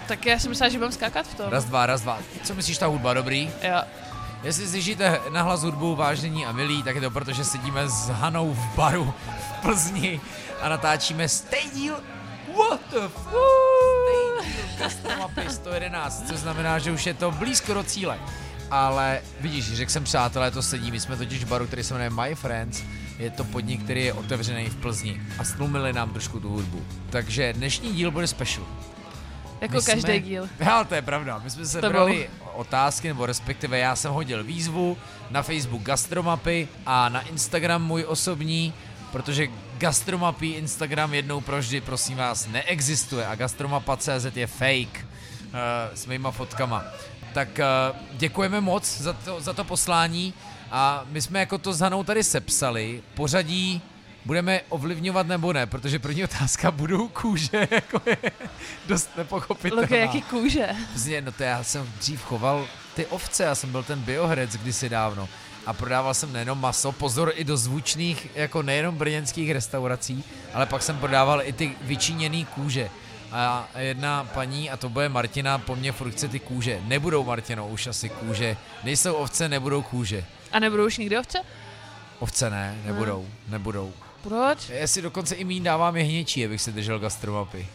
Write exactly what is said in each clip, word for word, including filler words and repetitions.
Tak já jsem myslela, že budeme skákat v tom. Raz, dva, raz, dva. Co myslíš, ta hudba, dobrý? Jo. Jestli slyšíte nahlas hudbu, vážení a milí, tak je to proto, že sedíme s Hanou v baru v Plzni a natáčíme stej díl What the fuck? Stej díl Gastromapy sto jedenáct, což znamená, že už je to blízko do cíle. Ale vidíš, řekl jsem přátelé, to sedí, my jsme totiž v baru, který se jmenuje My Friends, je to podnik, který je otevřený v Plzni a stlumili nám trošku tu hudbu. Takže dnešní díl bude special. Jako My každý jsme, díl. Já, to je pravda, my jsme se brali otázky, nebo respektive já jsem hodil výzvu na Facebook Gastromapy a na Instagram můj osobní, protože Gastromapy Instagram jednou provždy, prosím vás, neexistuje a gastromapa tečka cé zet je fake uh, s mýma fotkama. Tak uh, děkujeme moc za to, za to poslání a my jsme jako to s Hanou tady sepsali, pořadí budeme ovlivňovat nebo ne, protože první otázka budou kůže, jako je dost nepochopitelná. Luky, jaký kůže? Prostě, no to já jsem dřív choval ty ovce, já jsem byl ten bioherec kdysi dávno a prodával jsem nejenom maso, pozor i do zvučných, jako nejenom brněnských restaurací, ale pak jsem prodával i ty vyčiněný kůže. A jedna paní, a to bude Martina, po mně furt chce ty kůže. Nebudou, Martino, už asi kůže. Nejsou ovce, nebudou kůže. A nebudou už nikdy ovce? Ovce ne, nebudou, hmm. nebudou. Proč? Já si dokonce i míň dávám jehněčí, abych si držel gastromapy.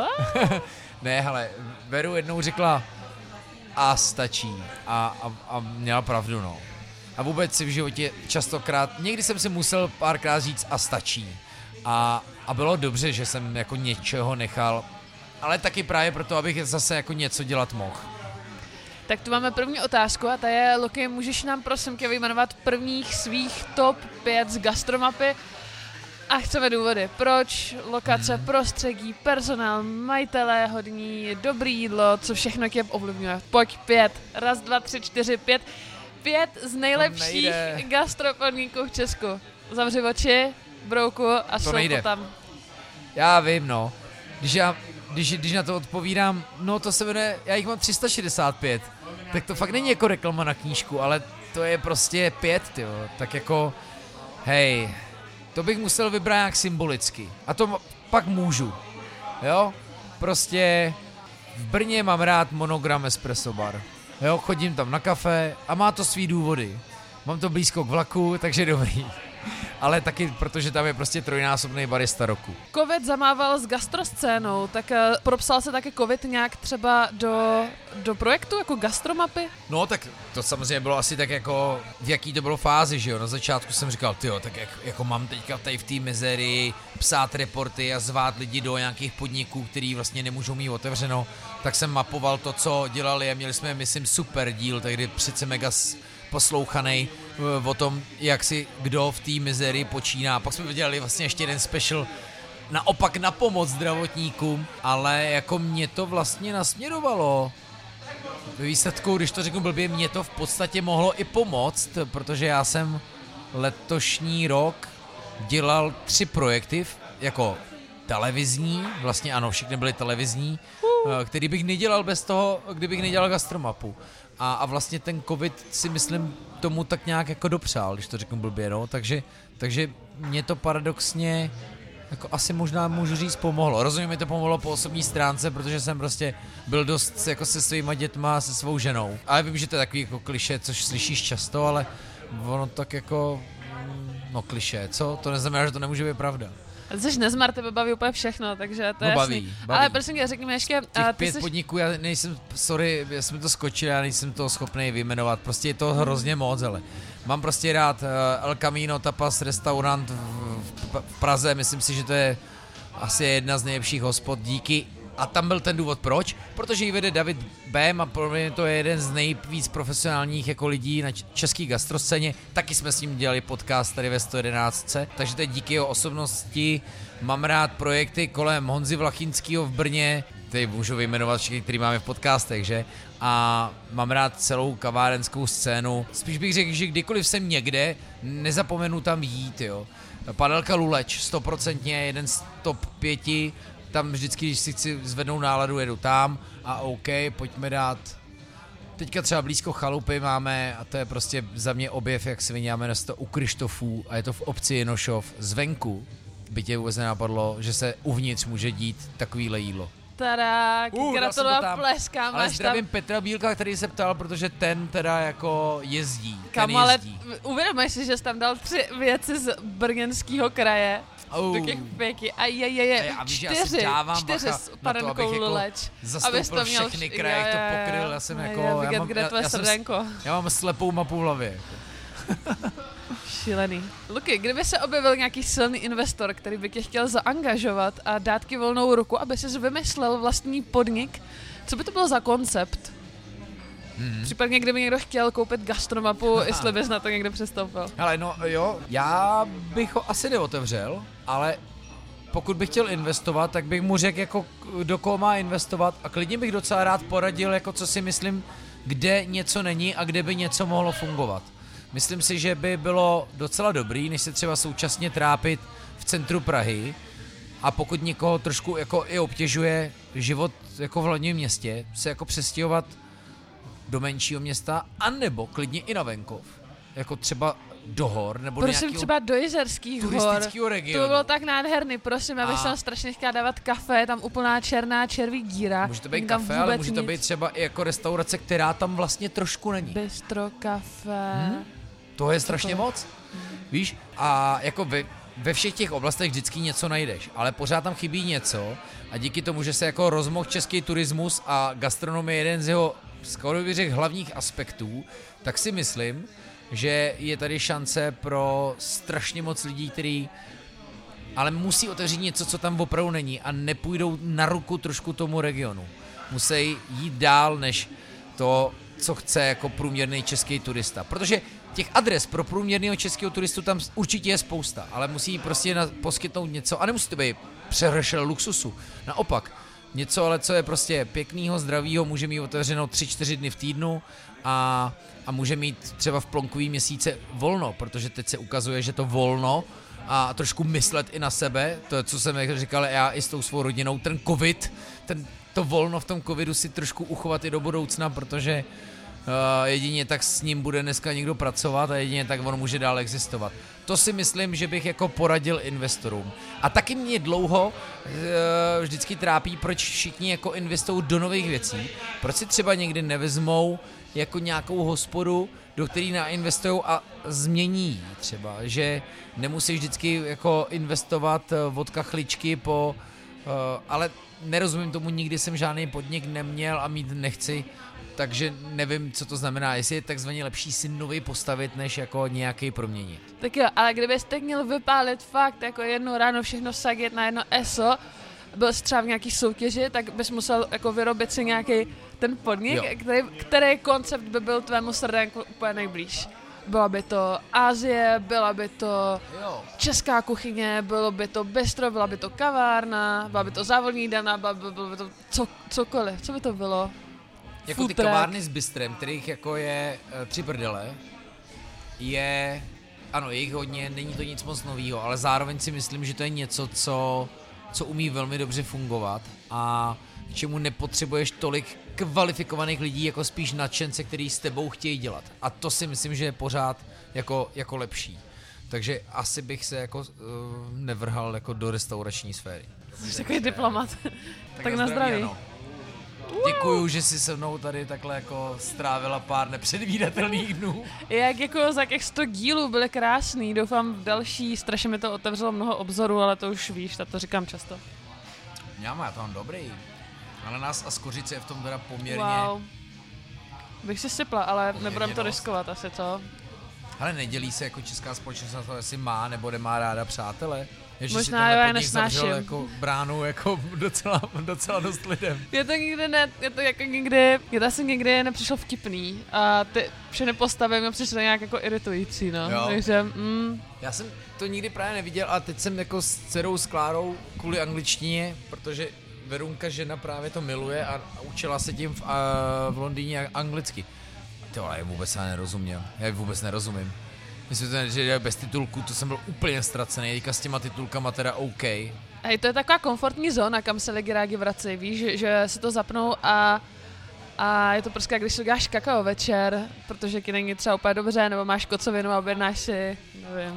Ne, hele, Veru jednou řekla a stačí a, a, a měla pravdu, no. A vůbec si v životě častokrát, někdy jsem si musel párkrát říct a stačí. A, a bylo dobře, že jsem jako něčeho nechal, ale taky právě proto, abych zase jako něco dělat mohl. Tak tu máme první otázku a ta je, Luky, můžeš nám prosím tě vyjmenovat prvních svých top pět z gastromapy a chceme důvody. Proč, lokace, hmm. prostředí, personál, majitelé hodní, dobrý jídlo, co všechno tě ovlivňuje. Pojď pět, raz, dva, tři, čtyři, pět. Pět z nejlepších gastropodniků v Česku. Zavři oči, brouku a šel to tam. Já vím, no. Když já, když, když na to odpovídám, no to se jmenuje, já jich mám tři sta šedesát pět, tak to fakt není jako reklama na knížku, ale to je prostě pět, tyjo. Tak jako, hej, to bych musel vybrat nějak symbolicky. A to pak můžu, jo. Prostě v Brně mám rád Monogram Espresso Bar. Jo, chodím tam na kafe a má to svý důvody. Mám to blízko k vlaku, takže dobrý. Ale taky, protože tam je prostě trojnásobný barista roku. Covid zamával s gastroscénou, tak uh, propsal se také Covid nějak třeba do, do projektu, jako gastromapy? No, tak to samozřejmě bylo asi tak jako, v jaký to bylo fázi, že jo? Na začátku jsem říkal, tyjo, tak jak, jako mám teďka tady v té mizerii psát reporty a zvát lidi do nějakých podniků, který vlastně nemůžou mít otevřeno, tak jsem mapoval to, co dělali a měli jsme, myslím, super díl, tehdy přece mega poslouchanej o tom, jak si kdo v té mizerii počíná. Pak jsme vydělali vlastně ještě jeden special naopak na pomoc zdravotníkům, ale jako mě to vlastně nasměrovalo. Ve výsledku, když to řeknu blbě, mě to v podstatě mohlo i pomoct, protože já jsem letošní rok dělal tři projekty, jako televizní, vlastně ano, všechny byly televizní, který bych nedělal bez toho, kdybych nedělal gastromapu. A, a vlastně ten covid si myslím tomu tak nějak jako dopřál, když to řeknu blbě, no, takže, takže mě to paradoxně jako asi možná můžu říct pomohlo. Rozumím, mi to pomohlo po osobní stránce, protože jsem prostě byl dost jako se svýma dětma, se svou ženou. Ale vím, že to je takový jako klišé, což slyšíš často, ale ono tak jako, no klišé, co? To neznamená, že to nemůže být pravda. Jsi nezmar, tebe baví úplně všechno, takže to je no, jasný. Baví, baví. Ale prosím tě, řekněme ještě... Těch pět jsi... podniků, já nejsem, sorry, já jsem to skočil, já nejsem to schopný vyjmenovat, prostě je to hrozně moc, ale mám prostě rád uh, El Camino Tapas restaurant v, v, v Praze, myslím si, že to je asi jedna z nejlepších hospod, díky. A tam byl ten důvod proč, protože ji vede David Bém a pro mě to je jeden z nejvíc profesionálních jako lidí na české gastroscéně. Taky jsme s ním dělali podcast tady ve sto jedenáct, takže to je díky jeho osobnosti. Mám rád projekty kolem Honzy Vlachinského v Brně, tady můžu vyjmenovat všechny, který máme v podcastech, že? A mám rád celou kavárenskou scénu. Spíš bych řekl, že kdykoliv jsem někde, nezapomenu tam jít, jo. Padelka Luleč, stoprocentně jeden z top pěti. Tam vždycky, když si chci zvednout náladu, jedu tam a OK, pojďme dát. Teďka třeba blízko Chalupy máme a to je prostě za mě objev, jak svině, máme to u Krištofů a je to v obci Jenošov zvenku. By tě vůbec nenapadlo, že se uvnitř může dít takovýhle jídlo. Tarák, Uh, gratuluju a pleskám. Ale máš zdravím tam... Petra Bílka, který se ptal, protože ten teda jako jezdí. Kam, ten ale jezdí. uvědomuješ si, že jsi tam dal tři věci z brněnského kraje. Uh. Do těch pěky. A je, je, je. A víš, čtyři, já si dávám čtyři bacha s na to, abych parenkou jako Luleč. zastoupil to měl všechny vš- kraje, jak to je, je, pokryl. Já jsem je, jako... je, já, vidět, mám, kde já, tvoje já, jsem, srdenko. já mám slepou mapu v hlavě. Šílený. Luky, kdyby se objevil nějaký silný investor, který by tě chtěl zaangažovat a dát ti volnou ruku, aby jsi vymyslel vlastní podnik, co by to bylo za koncept? Mm-hmm. Případně, kdyby někdo chtěl koupit gastromapu, jestli bys na to někdo přistoupil. Hele, no jo, já bych ho asi neotevřel, ale pokud bych chtěl investovat, tak bych mu řekl, jako do koho má investovat a klidně bych docela rád poradil, jako co si myslím, kde něco není a kde by něco mohlo fungovat. Myslím si, že by bylo docela dobrý, než se třeba současně trápit v centru Prahy a pokud někoho trošku jako i obtěžuje život jako v hlavním městě, se jako přestěhovat do menšího města, anebo klidně i na venkov, jako třeba do hor, nebo do prosím, nějakého třeba do Jizerských hor. turistického regionu. To bylo tak nádherný, prosím, já bych A- tam strašně chtěla dávat kafe, tam úplná černá červí díra. Může to být není tam kafe, ale vůbec může to nic. být třeba i jako restaurace, která tam vlastně trošku není. Bistro, kafe. Hmm? To je strašně to? moc, víš? A jako ve, ve všech těch oblastech vždycky něco najdeš, ale pořád tam chybí něco a díky tomu, že se jako rozmohl český turismus a gastronomie je jeden z jeho, skoro bych řekl, hlavních aspektů, tak si myslím, že je tady šance pro strašně moc lidí, který ale musí otevřít něco, co tam opravdu není a nepůjdou na ruku trošku tomu regionu. Musí jít dál, než to, co chce jako průměrný český turista. Protože těch adres pro průměrného českého turistu tam určitě je spousta, ale musí prostě na, poskytnout něco a nemusí to být přehršel luxusu. Naopak, něco ale, co je prostě pěknýho, zdravýho, může mít otevřeno tři čtyři dny v týdnu a, a může mít třeba v plonkový měsíce volno, protože teď se ukazuje, že to volno a trošku myslet i na sebe, to, co jsem říkal já i s tou svou rodinou, ten covid, ten, to volno v tom covidu si trošku uchovat i do budoucna, protože uh, jedině tak s ním bude dneska někdo pracovat a jedině tak on může dál existovat. To si myslím, že bych jako poradil investorům. A taky mě dlouho uh, vždycky trápí, proč všichni jako investují do nových věcí, proč si třeba někdy nevezmou jako nějakou hospodu, do který nainvestují a změní ji třeba, že nemusí vždycky jako investovat od kachličky po, uh, ale nerozumím tomu, nikdy jsem žádný podnik neměl a mít nechci, takže nevím, co to znamená, jestli je takzvaně lepší si nový postavit, než jako nějaký proměnit. Tak jo, ale kdybyste měl vypálit fakt jako jedno ráno všechno saget na jedno eso, byl jsi třeba v nějaký soutěži, tak bys musel jako vyrobit si nějaký ten podnik, který, který koncept by byl tvému srdenku úplně nejblíž. Byla by to Asie, byla by to Jo. česká kuchyně, bylo by to bistro, byla by to kavárna, byla by to závodní jídelna, byla by, bylo by to co, cokoliv. Co by to bylo? Jako Food ty truck. kavárny s bistrem, kterých jako je e, tři prdele, je, ano, je jich hodně, není to nic moc novýho, ale zároveň si myslím, že to je něco, co, co umí velmi dobře fungovat a k čemu nepotřebuješ tolik kvalifikovaných lidí, jako spíš nadšence, který s tebou chtějí dělat. A to si myslím, že je pořád jako, jako lepší. Takže asi bych se jako uh, nevrhal jako do restaurační sféry. Jsi takový diplomat. tak, tak na zdraví, zdraví. ano. Děkuju, že jsi se mnou tady takhle jako strávila pár nepředvídatelných dnů. Jak jako za těch sto dílů byly krásný, doufám v další, strašně mi to otevřelo mnoho obzorů, ale to už víš, tak to říkám často. Já mám, já to mám dobrý. Ale nás a skořice je v tom teda poměrně... Wow. Bych si sypla, ale nebudem to dost. riskovat asi, co? Ale nedělí se jako česká společnost na to, jestli má nebo nemá ráda přátelé. Je, že si Možná tenhle jo, já podnik zavřel nesnáším. jako bránu jako docela, docela dost lidem. Je to nikdy ne, je to jako nikdy, je to asi nikdy nepřišlo vtipný a ty všechny postavy mi přišly nějak jako iritující, no. Jo. Takže, mm, Já jsem to nikdy právě neviděl a teď jsem jako s dcerou s Klárou kvůli angličtině, protože Verunka žena právě to miluje a, a učila se tím v, a, v Londýně anglicky. Ty vole, já vůbec já nerozuměl, já vůbec nerozumím. Myslím, že je bez titulku, to jsem byl úplně ztracený, teďka s těma titulkama teda OK. hej, to je taková komfortní zóna, kam se lidi rádi vrací, víš, že, že si to zapnou a a je to prostě, jak když si uděláš kakao večer, protože ti není třeba úplně dobře, nebo máš kocovinu a objednáš si, nevím.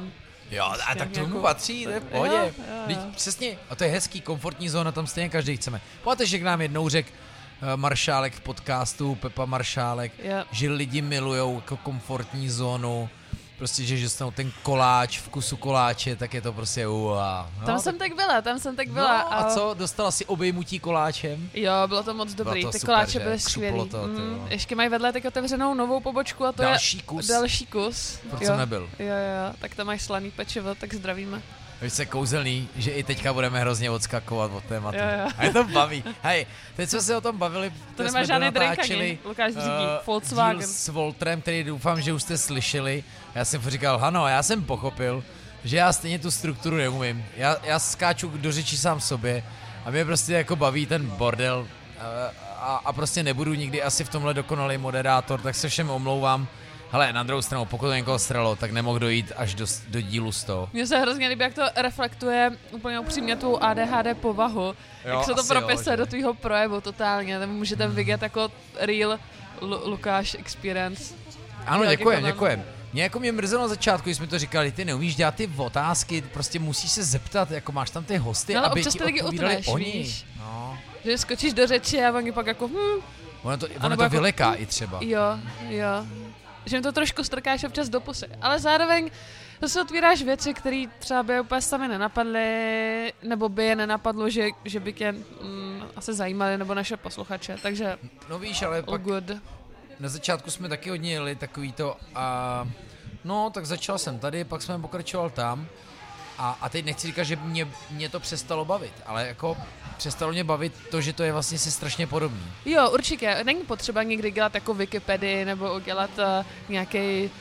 Jo, a tak tomu jako... patří, to je v pohodě. Jo, jo, jo. Přesně, a to je hezký, komfortní zóna, tam stejně každý chceme. Pamatuješ, že k nám jednou řekl uh, Maršálek v podcastu, Pepa Maršálek, jo. že lidi milujou jako komfortní zónu, prostě, že dostanou ten koláč, vkusu koláče, tak je to prostě uá. No, tam tak... jsem tak byla, tam jsem tak byla. No, a co, dostala si obejmutí koláčem? Jo, bylo to moc dobrý, to ty super, koláče že? byly Křuplo skvělý. to, mm, ještě mají vedle tak otevřenou novou pobočku a to další je kus. další kus. Proč jo. jsem nebyl? Jo, jo, tak tam máš slaný pečivo, tak zdravíme. Víš, se kouzelný, že i teďka budeme hrozně odskakovat od tématu. Jo, jo. A je to baví. Hej, teď jsme se o tom bavili, to nemá žádný drink ani, Lukáš řídí, uh, Volkswagen. Díl s Voltrem, který doufám, že už jste slyšeli. Já jsem říkal, Hano, já jsem pochopil, že já stejně tu strukturu neumím. Já, já skáču do řeči sám sobě a mě prostě jako baví ten bordel a, a, a prostě nebudu nikdy asi v tomhle dokonalý moderátor, tak se všem omlouvám. Hele, na druhou stranu, pokud to někoho stralo, tak nemohl dojít až do, do dílu z toho. Mně se hrozně líbí, jak to reflektuje úplně upřímně tvou A D H D povahu. Jo, jak se to propisuje do tvýho projevu totálně. Tam můžete hmm. vidět jako real Lu- Lukáš experience. Ano, Jak děkujem, jako děkujem. Mě jako mě mrzelo na začátku, když jsme to říkali, ty neumíš dělat ty otázky, prostě musíš se zeptat, jako máš tam ty hosty, no, aby ti lidi odpovídali utneš, oni. Víš? No. Že skočíš do řeči a oni pak jako hm. Ono to, ono to jako, vyleká i třeba. Jo, jo. Že mi to trošku strkáš občas do pusy. Ale zároveň zase otvíráš věci, které třeba by úplně sami nenapadly, nebo by je nenapadlo, že, že by tě mm, asi zajímaly, nebo naše posluchače. Takže no víš, ale pak good. Na začátku jsme taky hodně jeli takový to a no, tak začal jsem tady, pak jsme pokračoval tam a, a teď nechci říkat, že mě, mě to přestalo bavit, ale jako přestalo mě bavit to, že to je vlastně si strašně podobný. Jo, určitě. Není potřeba někdy dělat jako Wikipedii nebo udělat uh, nějaký uh,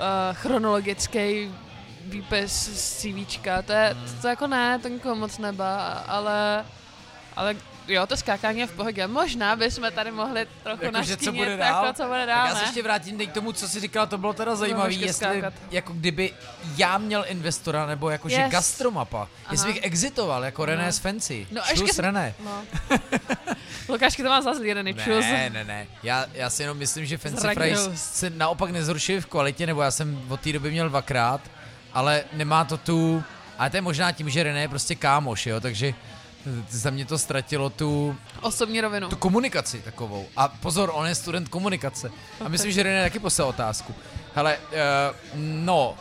chronologický výpis z CVčka. To, je, hmm. to, to jako ne, to nikoho moc neba, ale, ale jo, to skákání je v pohodě. Možná bychom tady mohli trochu jako, nastínit, co bude dál? jako co bude dál, tak já se ne? ještě vrátím k tomu, co jsi říkala, to bylo teda zajímavé, jestli skákat. Jako kdyby já měl investora, nebo jakože yes. Gastromapa, aha. Jestli bych exitoval jako no. René z Fancy, no, čus René. No. Lukášky to má za zlý, René, čus. Ne, ne, ne, já, já si jenom myslím, že Fancy Fries se naopak nezhoršili v kvalitě, nebo já jsem od té doby měl dvakrát, ale nemá to tu, ale to je možná tím, že René je prostě kámoš, jo, takže za mě to ztratilo tu osobní rovinu. Tu komunikaci takovou. A pozor, on je student komunikace. A myslím, že René taky poslal otázku. Hele, uh, no,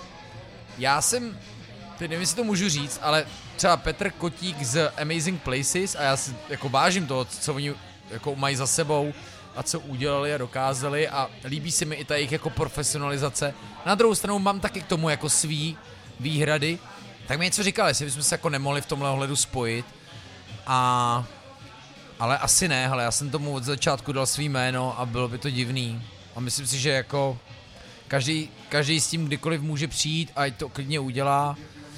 já jsem, teď nevím, jestli to můžu říct, ale třeba Petr Kotík z Amazing Places, a já si jako vážím toho, co oni jako mají za sebou a co udělali a dokázali a líbí se mi i ta jejich jako profesionalizace. Na druhou stranu mám taky k tomu jako svý výhrady. Tak mi něco říkali, jestli bychom se jako nemohli v tomhle ohledu spojit. A, ale asi ne, hele, já jsem tomu od začátku dal svý jméno a bylo by to divný. A myslím si, že jako každý, každý s tím kdykoliv může přijít a to klidně udělá,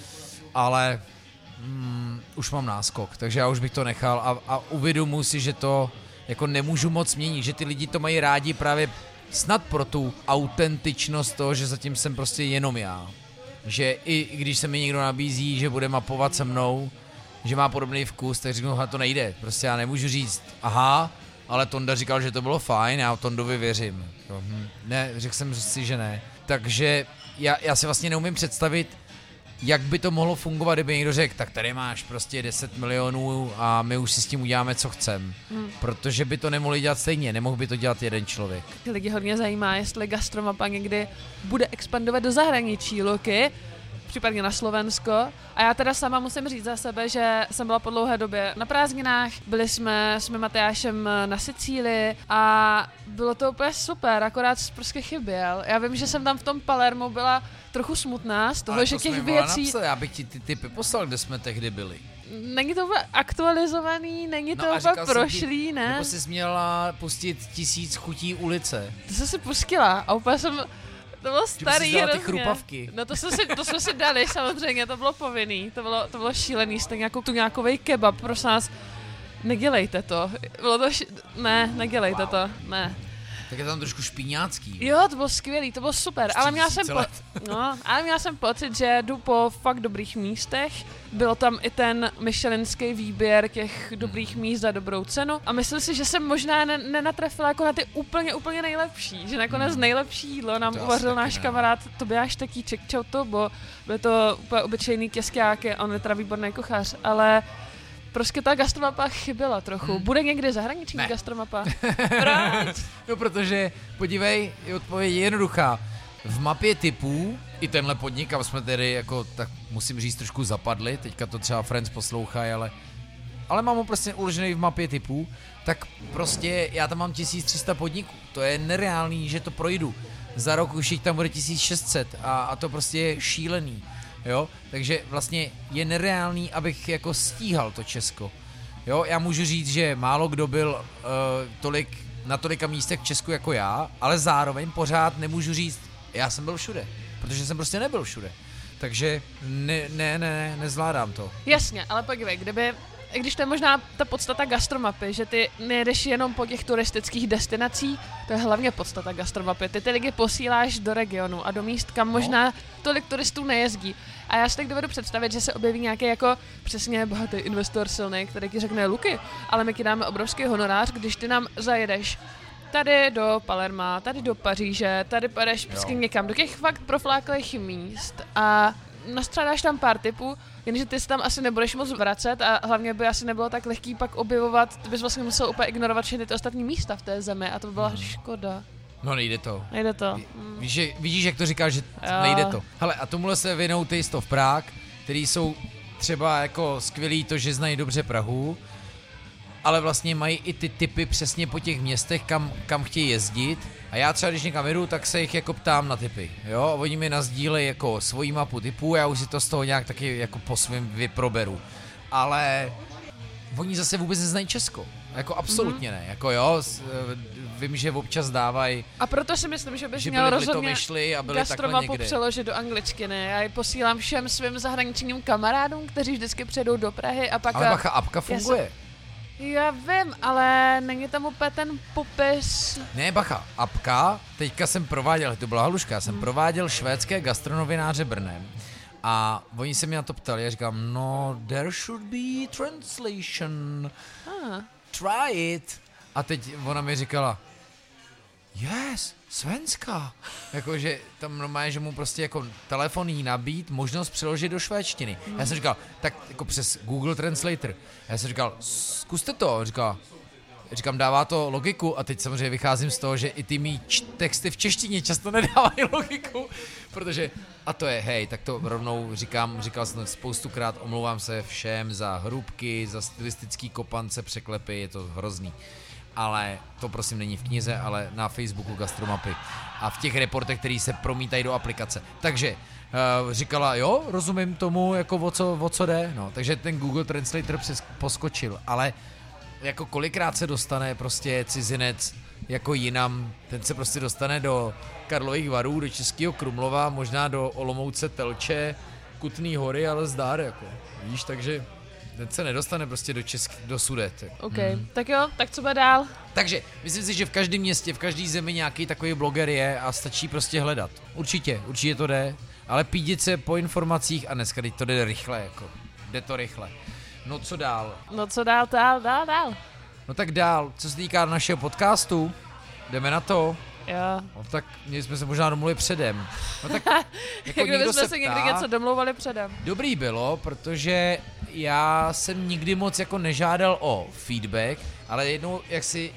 ale mm, už mám náskok, takže já už bych to nechal a, a uvědomuji si, že to jako nemůžu moc měnit, že ty lidi to mají rádi právě snad pro tu autentičnost toho, že zatím jsem prostě jenom já. Že i když se mi někdo nabízí, že bude mapovat se mnou, že má podobný vkus, tak řeknu, to nejde. Prostě já nemůžu říct, aha, ale Tonda říkal, že to bylo fajn, já Tondovi věřím. Hm, ne, řekl jsem si, že ne. Takže já, já si vlastně neumím představit, jak by to mohlo fungovat, kdyby někdo řekl, tak tady máš prostě deset milionů a my už si s tím uděláme, co chcem. Hmm. Protože by to nemohli dělat stejně, nemohl by to dělat jeden člověk. Lidi hodně zajímá, jestli Gastromapa někdy bude expandovat do zahraničí, Luky, případně na Slovensko. A já teda sama musím říct za sebe, že jsem byla po dlouhé době na prázdninách, byli jsme s mým Matyášem na Sicílii a bylo to úplně super, akorát prostě chyběl. Já vím, že jsem tam v tom Palermu byla trochu smutná z toho, ale že to těch věcí... Napsal, já bych ti ty typy poslal, kde jsme tehdy byli. Není to úplně aktualizovaný, není to no úplně prošlý, ti, ne? Nebo jsi měla pustit tisíc chutí ulice. To jsem si pustila a úplně jsem... To bylo starý hrozně. Ty chrupavky. No to jsme, si, to jsme si dali samozřejmě, to bylo povinný, to bylo, to bylo šílený, stejně jako tu nějakovej kebab, prosím nás, nedělejte to. Bylo to ši- ne, nedělejte wow. to, ne. Tak je tam trošku špíňácký. Jo, to bylo skvělý, to bylo super, ale měla, jsem po, no, ale měla jsem pocit, že jdu po fakt dobrých místech. Bylo tam i ten michelinský výběr těch dobrých míst za dobrou cenu a myslím si, že jsem možná ne- nenatrefila jako na ty úplně, úplně nejlepší, že nakonec hmm. nejlepší jídlo nám to uvařil náš ne. kamarád Tobiáš Tekíček, čau to, bo byl to úplně obyčejný kesťák, on je teda výborný kuchař, ale prostě ta gastromapa chyběla trochu. Hmm. Bude někdy zahraniční ne. gastromapa? Proč? No protože, podívej, je odpověď jednoduchá. V mapě typů, i tenhle podnik, kam jsme tedy jako, tak musím říct, trošku zapadli, teďka to třeba Friends poslouchají, ale, ale mám ho prostě uložený v mapě typů, tak prostě já tam mám tisíc tři sta podniků. To je nereálný, že to projdu. Za rok už jich tam bude tisíc šest set a, a to prostě je šílený. Jo, takže vlastně je nereálný, abych jako stíhal to Česko. Jo, já můžu říct, že málo kdo byl uh, tolik, na tolika místech v Česku jako já, ale zároveň pořád nemůžu říct, já jsem byl všude, protože jsem prostě nebyl všude. Takže ne, ne, ne, nezvládám to. Jasně, ale podívej, kdyby, i když to je možná ta podstata gastromapy, že ty nejedeš jenom po těch turistických destinacích, to je hlavně podstata gastromapy. Ty ty lidi posíláš do regionu a do míst, kam možná no. tolik turistů nejezdí. A já si tak dovedu představit, že se objeví nějaký jako přesně bohatý investor silný, který ti řekne Luky, ale my ti dáme obrovský honorář, když ty nám zajedeš tady do Palerma, tady do Paříže, tady půjdeš prostě někam, do těch fakt profláklých míst a nastřádáš tam pár tipů, jenže ty si tam asi nebudeš moc vracet a hlavně by asi nebylo tak lehký pak objevovat, ty bys vlastně musel úplně ignorovat všechny ty ostatní místa v té zemi a to by byla hmm. škoda. No nejde to. Nejde to. Ví, víš, že, vidíš, jak to říkáš, že jo. nejde to. Hele, a tomuhle se věnou ty Stov Prague, který jsou třeba jako skvělý to, že znají dobře Prahu, ale vlastně mají i ty typy přesně po těch městech, kam, kam chtějí jezdit. A já třeba, když někam jedu, tak se jich jako ptám na typy, jo? A oni mi nazdílejí jako svoji mapu typů, já už si to z toho nějak taky jako po svým vyproberu. Ale oni zase vůbec neznají Česko. Jako absolutně mm-hmm. ne. Jako jo, vím, že občas dávají. A proto si myslím, že bys že měl rozhodně a byli gastromapu přeložit do angličtiny. Já ji posílám všem svým zahraničním kamarádům, kteří vždycky přijedou do Prahy a pak... Ale bacha, apka funguje. Já vím, ale není tam úplně ten popis. Ne, bacha, apka, teďka jsem prováděl, to byla haluška, jsem hmm. prováděl švédské gastronovináře Brnem a oni se mě na to ptali a říkám, no, there should be translation, ah. try it. A teď ona mi říkala, yes, svenská. Jakože tam normálně, že mu prostě jako telefon jí nabít, možnost přeložit do švédštiny. Mm. Já jsem říkal, tak jako přes Google Translator. Já jsem říkal, zkuste to. Říkal, říkám, dává to logiku a teď samozřejmě vycházím z toho, že i ty mý č- texty v češtině často nedávají logiku, protože, a to je, hej, tak to rovnou říkám, říkal jsem to spoustukrát, omlouvám se všem za hrubky, za stylistický kopance, překlepy, je to hrozný. Ale to prosím není v knize, ale na Facebooku Gastromapy a v těch reportech, který se promítají do aplikace. Takže uh, říkala, jo, rozumím tomu, jako o co, o co jde, no, takže ten Google Translator přes, poskočil, ale jako kolikrát se dostane prostě cizinec jako jinam, ten se prostě dostane do Karlových Varů, do Českého Krumlova, možná do Olomouce, Telče, Kutný Hory, ale zdár, jako, víš, takže... Ten se nedostane prostě do Česk, do Sudet. OK, hmm. tak jo, tak co bude dál? Takže, myslím si, že v každém městě, v každé zemi nějaký takový bloger je a stačí prostě hledat. Určitě, určitě to jde, ale pídit se po informacích a dneska teď to jde rychle, jako, jde to rychle. No co dál? No co dál, dál, dál, dál. No tak dál, co se týká našeho podcastu, jdeme na to. Jo. No tak my jsme se možná domluvili předem. No tak, jako jak kdyby jsme se někdy něco domlouvali předem. Dobrý bylo, protože já jsem nikdy moc jako nežádal o feedback, ale jednou, jak si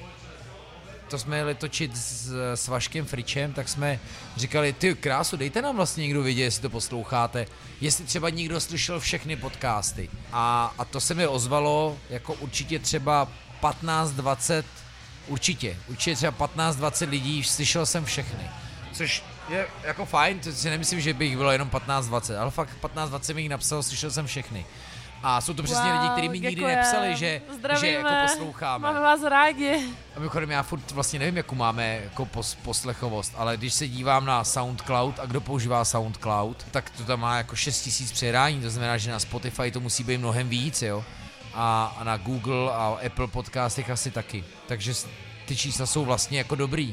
to jsme jeli točit s, s Vaškem Fričem, tak jsme říkali, ty krásu, dejte nám vlastně někdo vědět, jestli to posloucháte, jestli třeba někdo slyšel všechny podcasty. A, a to se mi ozvalo jako určitě třeba patnáct dvacet, určitě, určitě třeba patnáct dvacet lidí, slyšel jsem všechny. Což je jako fajn, to si nemyslím, že by jich bylo jenom patnáct dvacet, ale fakt patnáct dvacet mi jich napsalo, slyšel jsem všechny. A jsou to přesně wow, lidi, kteří mi nikdy nepsali, že, že jako posloucháme. Máme vás rádi. A mimochodem já furt vlastně nevím, jakou máme jako pos, poslechovost, ale když se dívám na SoundCloud a kdo používá SoundCloud, tak to tam má jako šest tisíc přehrání, to znamená, že na Spotify to musí být mnohem víc, jo. A, a na Google a Apple podcastech asi taky. Takže ty čísla jsou vlastně jako dobrý.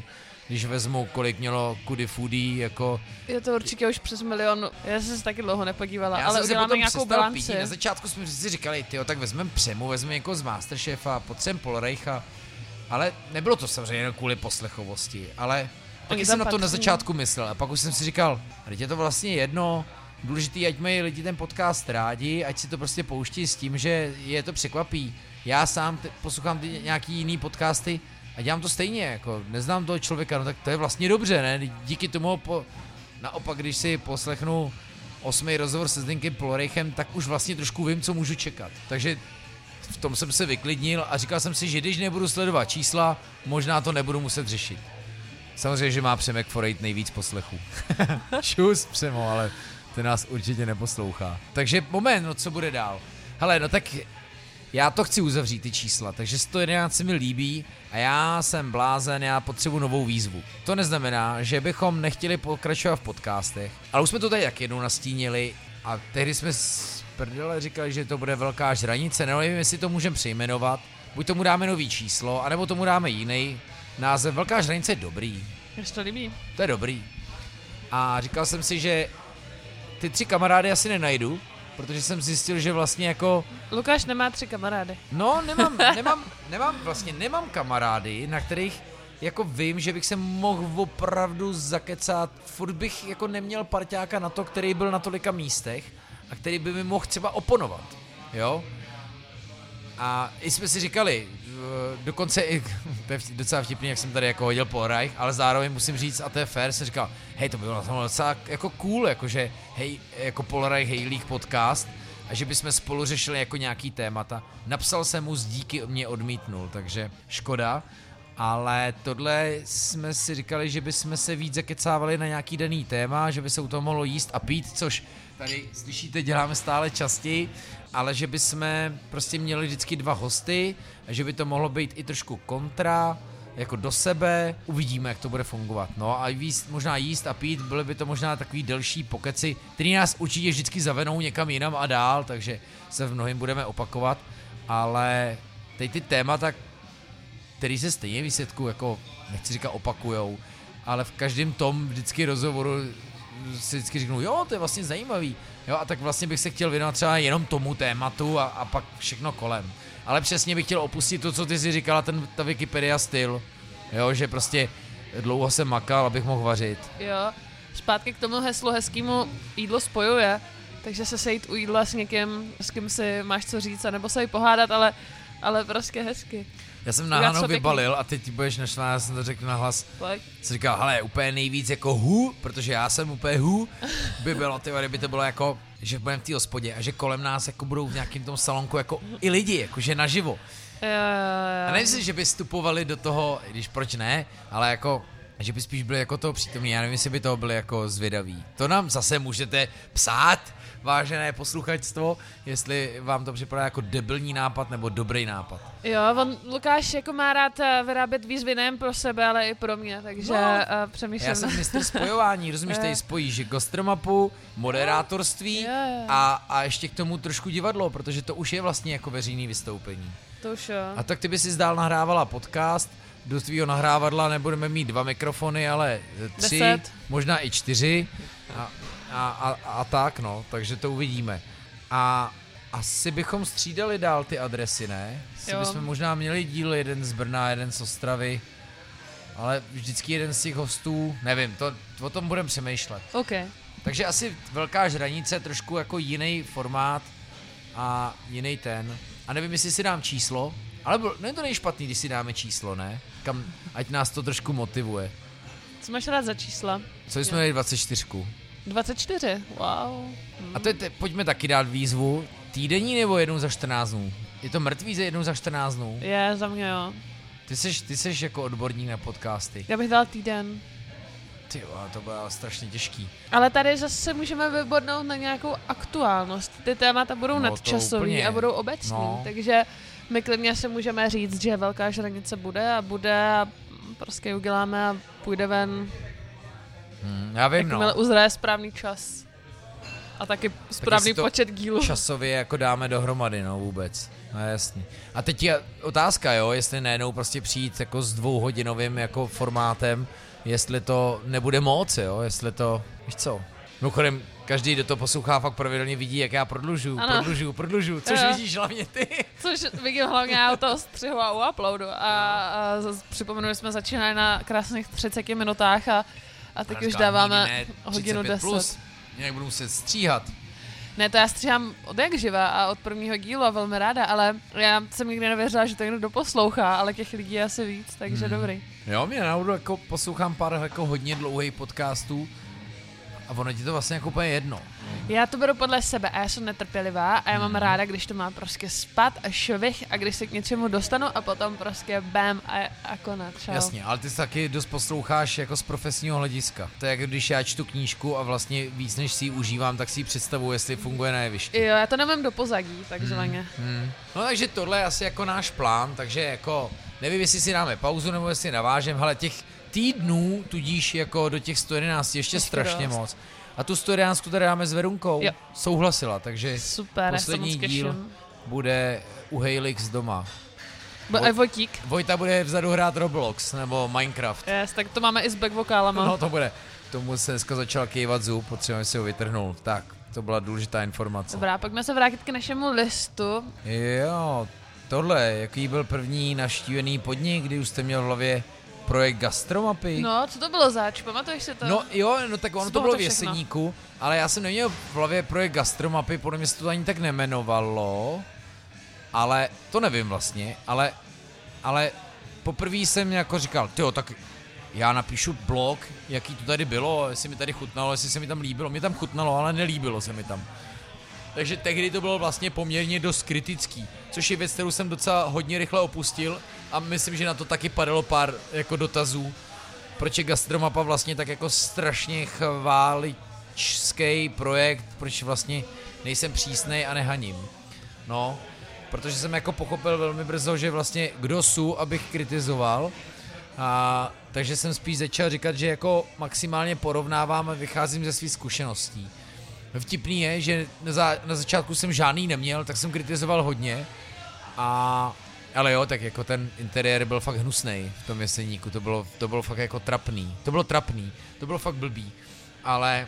když vezmu, kolik mělo Kudy Foodie, jako... Je to určitě už přes milion, já jsem se taky dlouho nepodívala, já ale uděláme nějakou bilanci. Pít. Na začátku jsme si říkali, tyjo, tak vezmeme Přemu, vezmeme někoho z Masterchefa, potřebujeme Polreicha, ale nebylo to samozřejmě jen kvůli poslechovosti, ale taky jsem na to na začátku myslel a pak už jsem si říkal, teď je to vlastně jedno, důležitý, ať mají lidi ten podcast rádi, ať si to prostě pouští s tím, že je to překvapí. Já sám t- poslouchám ty nějaký jiný podcasty a dělám to stejně, jako neznám toho člověka, no tak to je vlastně dobře, ne? Díky tomu, po, naopak, když si poslechnu osmý rozhovor se Zdenkem Polreichem, tak už vlastně trošku vím, co můžu čekat. Takže v tom jsem se vyklidnil a říkal jsem si, že když nebudu sledovat čísla, možná to nebudu muset řešit. Samozřejmě, že má Přemek Forejt nejvíc poslechů. Šus, Přemo, ale ten nás určitě neposlouchá. Takže moment, no co bude dál? Hele, no tak já to chci uzavřít, ty čísla, takže sto jedenáct se mi líbí a já jsem blázen, já potřebuji novou výzvu. To neznamená, že bychom nechtěli pokračovat v podcastech, ale už jsme to tady jak jednou nastínili a tehdy jsme z prdele říkali, že to bude velká žranice, nevím, jestli to můžeme přejmenovat, buď tomu dáme nový číslo, anebo tomu dáme jiný název. Velká žranice je dobrý. Mně to líbí. To je dobrý. A říkal jsem si, že ty tři kamarády asi nenajdu, protože jsem zjistil, že vlastně jako... Lukáš nemá tři kamarády. No, nemám, nemám, nemám, vlastně nemám kamarády, na kterých jako vím, že bych se mohl opravdu zakecat. Furt bych jako neměl parťáka na to, který byl na tolika místech a který by mi mohl třeba oponovat, jo? A i jsme si říkali, dokonce i, to je docela vtipný, jak jsem tady jako hodil Polreich, ale zároveň musím říct, a to je fair, jsem říkal, hej, to by bylo docela jako cool, jakože, hej, jako Polreich Hejlík podcast, a že bychom spolu řešili jako nějaký témata. Napsal jsem mu, z díky mě odmítnul, takže škoda, ale tohle jsme si říkali, že bychom se víc zakecávali na nějaký daný téma, že by se u toho mohlo jíst a pít, což tady slyšíte, děláme stále častěji, ale že bychom prostě měli vždycky dva hosty a že by to mohlo být i trošku kontra, jako do sebe, uvidíme, jak to bude fungovat. No a jíst, možná jíst a pít, byly by to možná takový delší pokeci, který nás určitě vždycky zavenou někam jinam a dál, takže se v mnohým budeme opakovat, ale teď ty témata, který se stejně výsledku, jako nechci říkat opakujou, ale v každém tom vždycky rozhovoru si vždycky řeknu, jo, to je vlastně zajímavý, jo, a tak vlastně bych se chtěl věnovat třeba jenom tomu tématu a, a pak všechno kolem. Ale přesně bych chtěl opustit to, co ty si říkala, ten, ta Wikipedia styl, jo, že prostě dlouho jsem makal, abych mohl vařit. Jo, zpátky k tomu heslu hezkýmu jídlo spojuje, takže se sejít u jídla s někým, s kým si máš co říct, anebo se jí pohádat, ale, ale prostě hezky. Já jsem na Hanou vybalil a teď ti budeš naštvaná, já jsem to řekl na hlas. Pojď. Jsem říkal, hele, úplně nejvíc jako hu, protože já jsem úplně hu, by bylo, tyhle, kdyby to bylo jako, že budeme v té hospodě a že kolem nás jako budou v nějakém tom salonku jako i lidi, jakože naživo. Jo, jo, jo. A nevím si, že by vstupovali do toho, když proč ne, ale jako, že by spíš byli jako toho přítomní, já nevím, jestli by toho byli jako zvědaví. To nám zase můžete psát, vážené posluchačstvo, jestli vám to připadá jako debilní nápad nebo dobrý nápad. Jo, on, Lukáš jako má rád vyrábět výzvy nejen pro sebe, ale i pro mě, takže no, uh, přemýšlím. Já jsem mistr spojování, rozumíš, tady spojíš gastromapu, moderátorství jo, jo. A, a ještě k tomu trošku divadlo, protože to už je vlastně jako veřejný vystoupení. To už jo. A tak ty by si zdál nahrávala podcast, do tvýho nahrávadla nebudeme mít dva mikrofony, ale tři, Deset. možná i čtyři a, a, a, a tak no, takže to uvidíme. A asi bychom střídali dál ty adresy, ne? Asi bychom možná měli díl jeden z Brna, jeden z Ostravy, ale vždycky jeden z těch hostů, nevím, to, o tom budeme přemýšlet. Okay. Takže asi velká žranice, trošku jako jiný formát a jiný ten. A nevím, jestli si dám číslo, ale není to nejšpatný, když si dáme číslo, ne? Kam, ať nás to trošku motivuje. Co máš rád za čísla? Co jsme měli dvacet čtyři? dvacet čtyři, wow. Hmm. A to je, te, pojďme taky dát výzvu. Týdenní nebo jednou za čtrnáct dnů? Je to mrtvý za jednou za čtrnáct dnů? Je, za mě jo. Ty seš, ty seš jako odborník na podcasty. Já bych dal týden. Ty jo, to bylo strašně těžký. Ale tady zase můžeme vybodnout na nějakou aktuálnost. Ty témata budou no, nadčasový a budou obecní, no. Takže my klidně si můžeme říct, že velká žranice bude a bude a prostě uděláme a půjde ven. Hmm, já vím, jakmile no. uzraje správný čas. A taky správný počet dílů. Časově jako dáme dohromady, no vůbec. No jasný. A teď je otázka, jo, jestli najednou prostě přijít jako s dvouhodinovým jako formátem, jestli to nebude moc, jo, jestli to, víš co. Mimochodem, každý, kdo to poslouchá, fakt pravidelně vidí, jak já prodlužuju, ano. prodlužuju, prodlužuju, což jo. Vidíš hlavně ty. Což vidím hlavně já u toho střihu a u uploadu. A, a připomenu, že jsme začínali na krásných třiceti minutách a, a teď a už dáváme ne, hodinu deset. Plus. Nějak budu muset stříhat. Ne, to já stříhám od jak živa a od prvního dílu a velmi ráda, ale já jsem nikdy nevěřila, že to někdo doposlouchá, ale těch lidí je asi víc, takže hmm. dobrý. Jo, mě náhodou jako poslouchám pár jako hodně dlouhých podcastů a ono ti to vlastně jako úplně jedno. Já to beru podle sebe a já jsem netrpělivá a já mám hmm. ráda, když to má prostě spat a švih a když se k něčemu dostanu a potom prostě bam a, a konec. Čau. Jasně, ale ty se taky dost posloucháš jako z profesního hlediska. To je jako když já čtu knížku a vlastně víc než si ji užívám, tak si ji představuji, jestli funguje na jevišti. Jo, já to nemám do pozadí, takzvaně. Hmm. Hmm. No takže tohle je asi jako náš plán, takže jako nevím, jestli si dáme pauzu nebo jestli navážem, ale těch týdnů tudíž jako do těch sto jedenáct ještě, ještě strašně dost. Moc. A tu sto jedenáct tady dáme s Verunkou, jo. Souhlasila, takže super, poslední díl bude u Helix doma. Bo, Voj, Vojtík. Vojta bude vzadu hrát Roblox nebo Minecraft. Yes, tak to máme i s back vokálama. No to bude. Tomu se dneska začal kývat zub, potřebujeme si ho vytrhnout. Tak, to byla důležitá informace. Dobrá, pojďme se vrátit k našemu listu. Jo, tohle, jaký byl první navštívený podnik, kdy už jste měl v hlavě projekt gastromapy. No, co to bylo zač? Pamatuješ si to? No jo, no tak ono to bylo v Jeseníku, ale já jsem neměl v hlavě projekt gastromapy, podle mě se to ani tak nemenovalo, ale to nevím vlastně, ale, ale poprvé jsem jako říkal, tyjo, tak já napíšu blog, jaký to tady bylo, jestli mi tady chutnalo, jestli se mi tam líbilo, mě tam chutnalo, ale nelíbilo se mi tam. Takže tehdy to bylo vlastně poměrně dost kritický, což je věc, kterou jsem docela hodně rychle opustil a myslím, že na to taky padalo pár jako dotazů, proč je gastromapa vlastně tak jako strašně chváličský projekt, proč vlastně nejsem přísnej a nehaním. No, protože jsem jako pochopil velmi brzo, že vlastně kdo jsou, abych kritizoval, a takže jsem spíš začal říkat, že jako maximálně porovnávám a vycházím ze svých zkušeností. Vtipný je, že na, za, na začátku jsem žádný neměl, tak jsem kritizoval hodně, a, ale jo, tak jako ten interiér byl fakt hnusnej v tom Jeseníku, to bylo, to bylo fakt jako trapný, to bylo trapný, to bylo fakt blbý, ale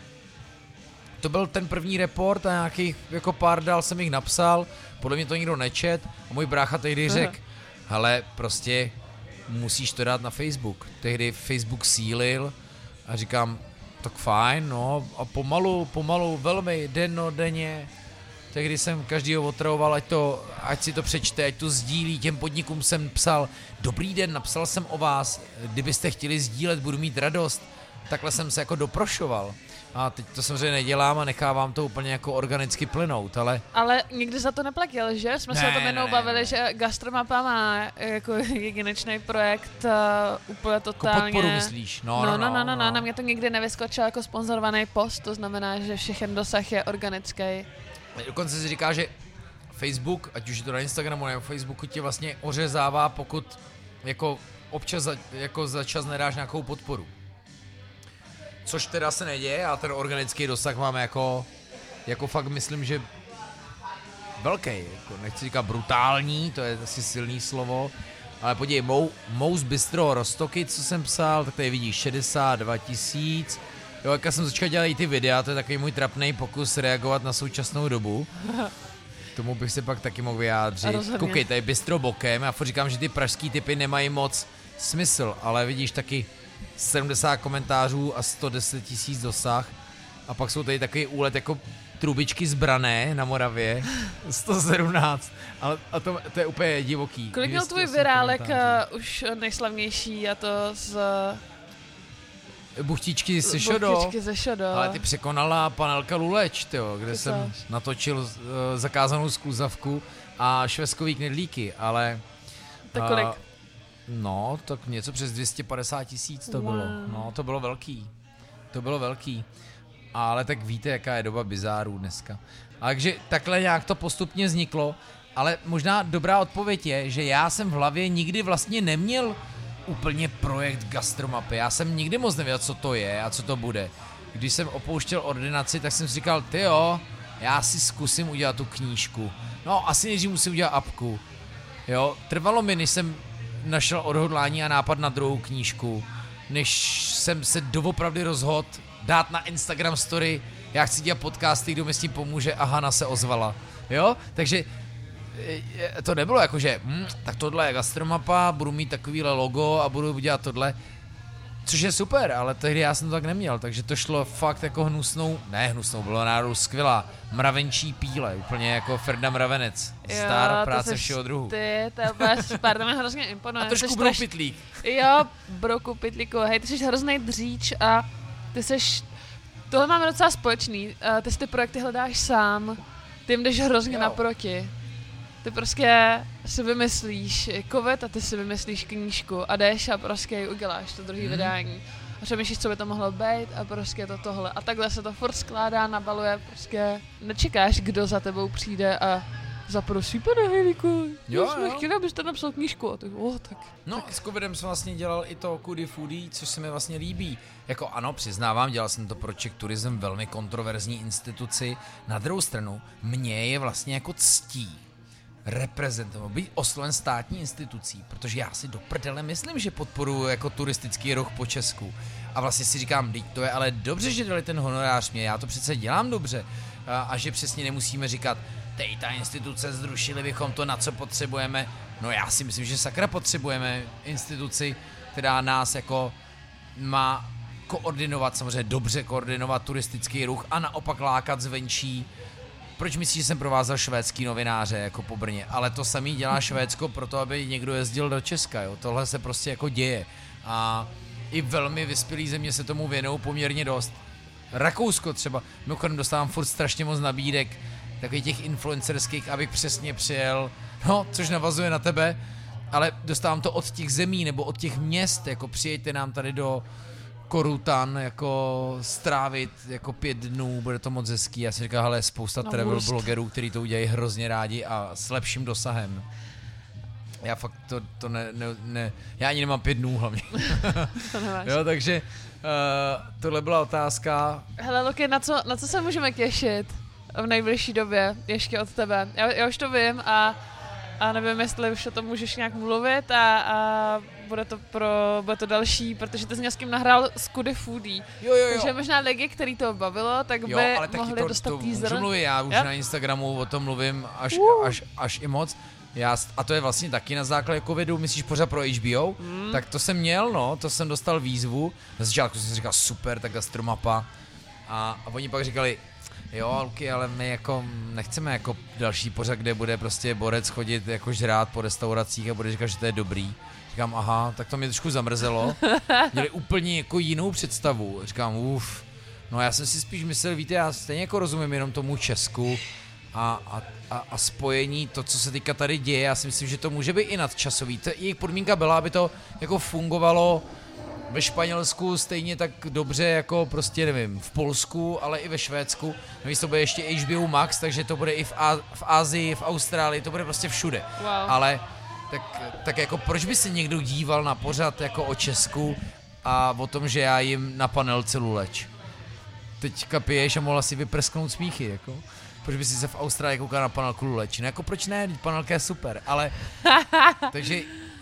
to byl ten první report a nějakých jako pár dál jsem jich napsal, podle mě to nikdo nečet a můj brácha tehdy řekl, hele, prostě musíš to dát na Facebook, tehdy Facebook sílil a říkám, tak fajn, no, a pomalu, pomalu, velmi dennodenně, tehdy jsem každýho otravoval, ať, to, ať si to přečte, ať to sdílí, těm podnikům jsem psal, dobrý den, napsal jsem o vás, kdybyste chtěli sdílet, budu mít radost, takhle jsem se jako doprošoval. A teď to samozřejmě nedělám a nechávám to úplně jako organicky plynout, ale... Ale nikdy za to neplatil, že? Jsme ne, se o tom jednou bavili, ne. že Gastromapa má jako jedinečný projekt uh, úplně totálně... Jako podporu myslíš? No, no, no, no, no, no, no, no, na mě to nikdy nevyskočilo jako sponzorovaný post, to znamená, že všechen dosah je organický. Dokonce si říká, že Facebook, ať už je to na Instagramu nebo Facebooku, tě vlastně ořezává, pokud jako občas za, jako za čas nedáš nějakou podporu. Což teda se neděje a ten organický dosah máme jako, jako fakt myslím, že velký, jako nechci říkat brutální, to je asi silný slovo, ale podívej, Mou, Mous Bistro Roztoky, co jsem psal, tak tady vidíš šedesát dva tisíc, jo, jak jsem začal dělat i ty videa, to je takový můj trapnej pokus reagovat na současnou dobu, tomu bych se pak taky mohl vyjádřit. Koukej, tady Bistro bokem, já furt říkám, že ty pražský typy nemají moc smysl, ale vidíš taky sedmdesát komentářů a sto deset tisíc dosah. A pak jsou tady takový úlet jako trubičky zbrané na Moravě. sto sedmnáct. Ale, a to, to je úplně divoký. Kolik měl tvůj virálek uh, už nejslavnější a to z... Buchtičky ze Šodo. Buchtičky ze Šodo. Ale ty překonala panelka Luleč, tyjo, kde ty jsem sáš. natočil uh, zakázanou skluzavku a švestkový knedlíky, ale... Tak kolik? Uh, No, tak něco přes dvě stě padesát tisíc to wow. bylo. No, to bylo velký. To bylo velký. Ale tak víte, jaká je doba bizárů dneska. A takže takhle nějak to postupně vzniklo, ale možná dobrá odpověď je, že já jsem v hlavě nikdy vlastně neměl úplně projekt gastromapy. Já jsem nikdy moc nevěděl, co to je a co to bude. Když jsem opouštěl ordinaci, tak jsem si říkal, tyjo, já si zkusím udělat tu knížku. No, asi nejdřív musím udělat apku. Jo, trvalo mi, než jsem našel odhodlání a nápad na druhou knížku. než jsem se doopravdy rozhodl dát na Instagram story, já chci dělat podcasty, kdo mi s tím pomůže a Hana se ozvala. Jo? Takže to nebylo jako, že hm, tak tohle je gastromapa, budu mít takovýhle logo a budu dělat tohle. Což je super, ale tehdy já jsem to tak neměl, takže to šlo fakt jako hnusnou, ne hnusnou, bylo náhodou skvělá, mravenčí píle, úplně jako Ferda Mravenec, star práce všeho druhu. Ty, to je úplně super, to mě hrozně imponuje. A trošku Brouk Pytlík. Jo, Brouku Pytlíku, hej, ty jsi hrozný dříč a ty jsi, tohle máme docela společný, uh, ty si ty projekty hledáš sám, ty jim jdeš hrozně jo. naproti. Ty prostě si vymyslíš covid a ty si vymyslíš knížku a jdeš a prostě uděláš to druhý hmm. vydání. A přemýšlíš, co by to mohlo být a prostě je to tohle. A takhle se to furt skládá, nabaluje, prostě nečekáš, kdo za tebou přijde a zaprosí, pane Hejlíku, jo, jsme jo. chtěli, abyste napsal knížku. A ty, oh, tak. No tak. s covidem jsem vlastně dělal i to Kudy Foodie, což se mi vlastně líbí. Jako ano, přiznávám, dělal jsem to pro Czech Tourism, velmi kontroverzní instituci. Na druhou stranu, mě je vlastně jako ctí reprezentovat, být osloven státní institucí, protože já si do prdele myslím, že podporuji jako turistický ruch po Česku. A vlastně si říkám, teď to je ale dobře, že dali ten honorář mě, já to přece dělám dobře. A, a že přesně nemusíme říkat, tej ta instituce zrušili bychom to, na co potřebujeme. No já si myslím, že sakra potřebujeme instituci, která nás jako má koordinovat, samozřejmě dobře koordinovat turistický ruch a naopak lákat zvenčí. Proč myslíš, že jsem provázal švédský novináře jako po Brně? Ale to samý dělá Švédsko proto, aby někdo jezdil do Česka, jo? Tohle se prostě jako děje. A i velmi vyspělý země se tomu věnou poměrně dost. Rakousko třeba, mimochodem dostávám furt strašně moc nabídek, takových těch influencerských, abych přesně přijel, no, což navazuje na tebe, ale dostávám to od těch zemí nebo od těch měst, jako přijďte nám tady do Korutan, jako strávit jako pět dnů, bude to moc hezký. Já si říkám, hele, spousta no, travel worst. blogerů, kteří to udělají hrozně rádi a s lepším dosahem. Já fakt to, to ne, ne, ne, já ani nemám pět dnů hlavně. To nemáš. Jo, takže uh, tohle byla otázka. Hele, Luky, na co, na co se můžeme těšit v nejbližší době, ještě od tebe? Já, já už to vím a, a nevím, jestli už o tom můžeš nějak mluvit a, a bude to pro, bude to další, protože ty jsi s kým nahrál z Kudy Foodie. Jo, jo, jo. Takže možná lidi, který to bavilo, tak by jo, ale mohli to, dostat to teaser. Můžu mluvit, já už jo? na Instagramu o tom mluvím až, uh. až, až i moc. Já, a to je vlastně taky na základě covidu, myslíš pořád pro H B O? Mm. Tak to jsem měl, no, to jsem dostal výzvu. Na začátku jsem si říkal, super, tak gastromapa. A, a oni pak říkali, jo, Luky, ale my jako nechceme jako další pořad, kde bude prostě borec chodit jako žrát po restauracích a bude říkat, že to je dobrý. Říkám, aha, tak to mě trošku zamrzelo. Měli úplně jako jinou představu. Říkám, uf, no já jsem si spíš myslel, víte, já stejně jako rozumím jenom tomu Česku a, a, a, a spojení, to, co se teďka tady děje, já si myslím, že to může být i nadčasový. To, jejich podmínka byla, aby to jako fungovalo ve Španělsku stejně tak dobře jako prostě, nevím, v Polsku, ale i ve Švédsku. Navíc to bude ještě H B O Max, takže to bude i v, Á- v Asii, v Austrálii, to bude prostě všude. Wow. Ale tak, tak jako proč by se někdo díval na pořad jako o Česku a o tom, že já jim na panelce luleč. Teďka piješ a mohla si vyprsknout smíchy, jako. Proč by si se v Austrálii koukal na panelku luleč? No jako proč ne, panelka je super, ale takže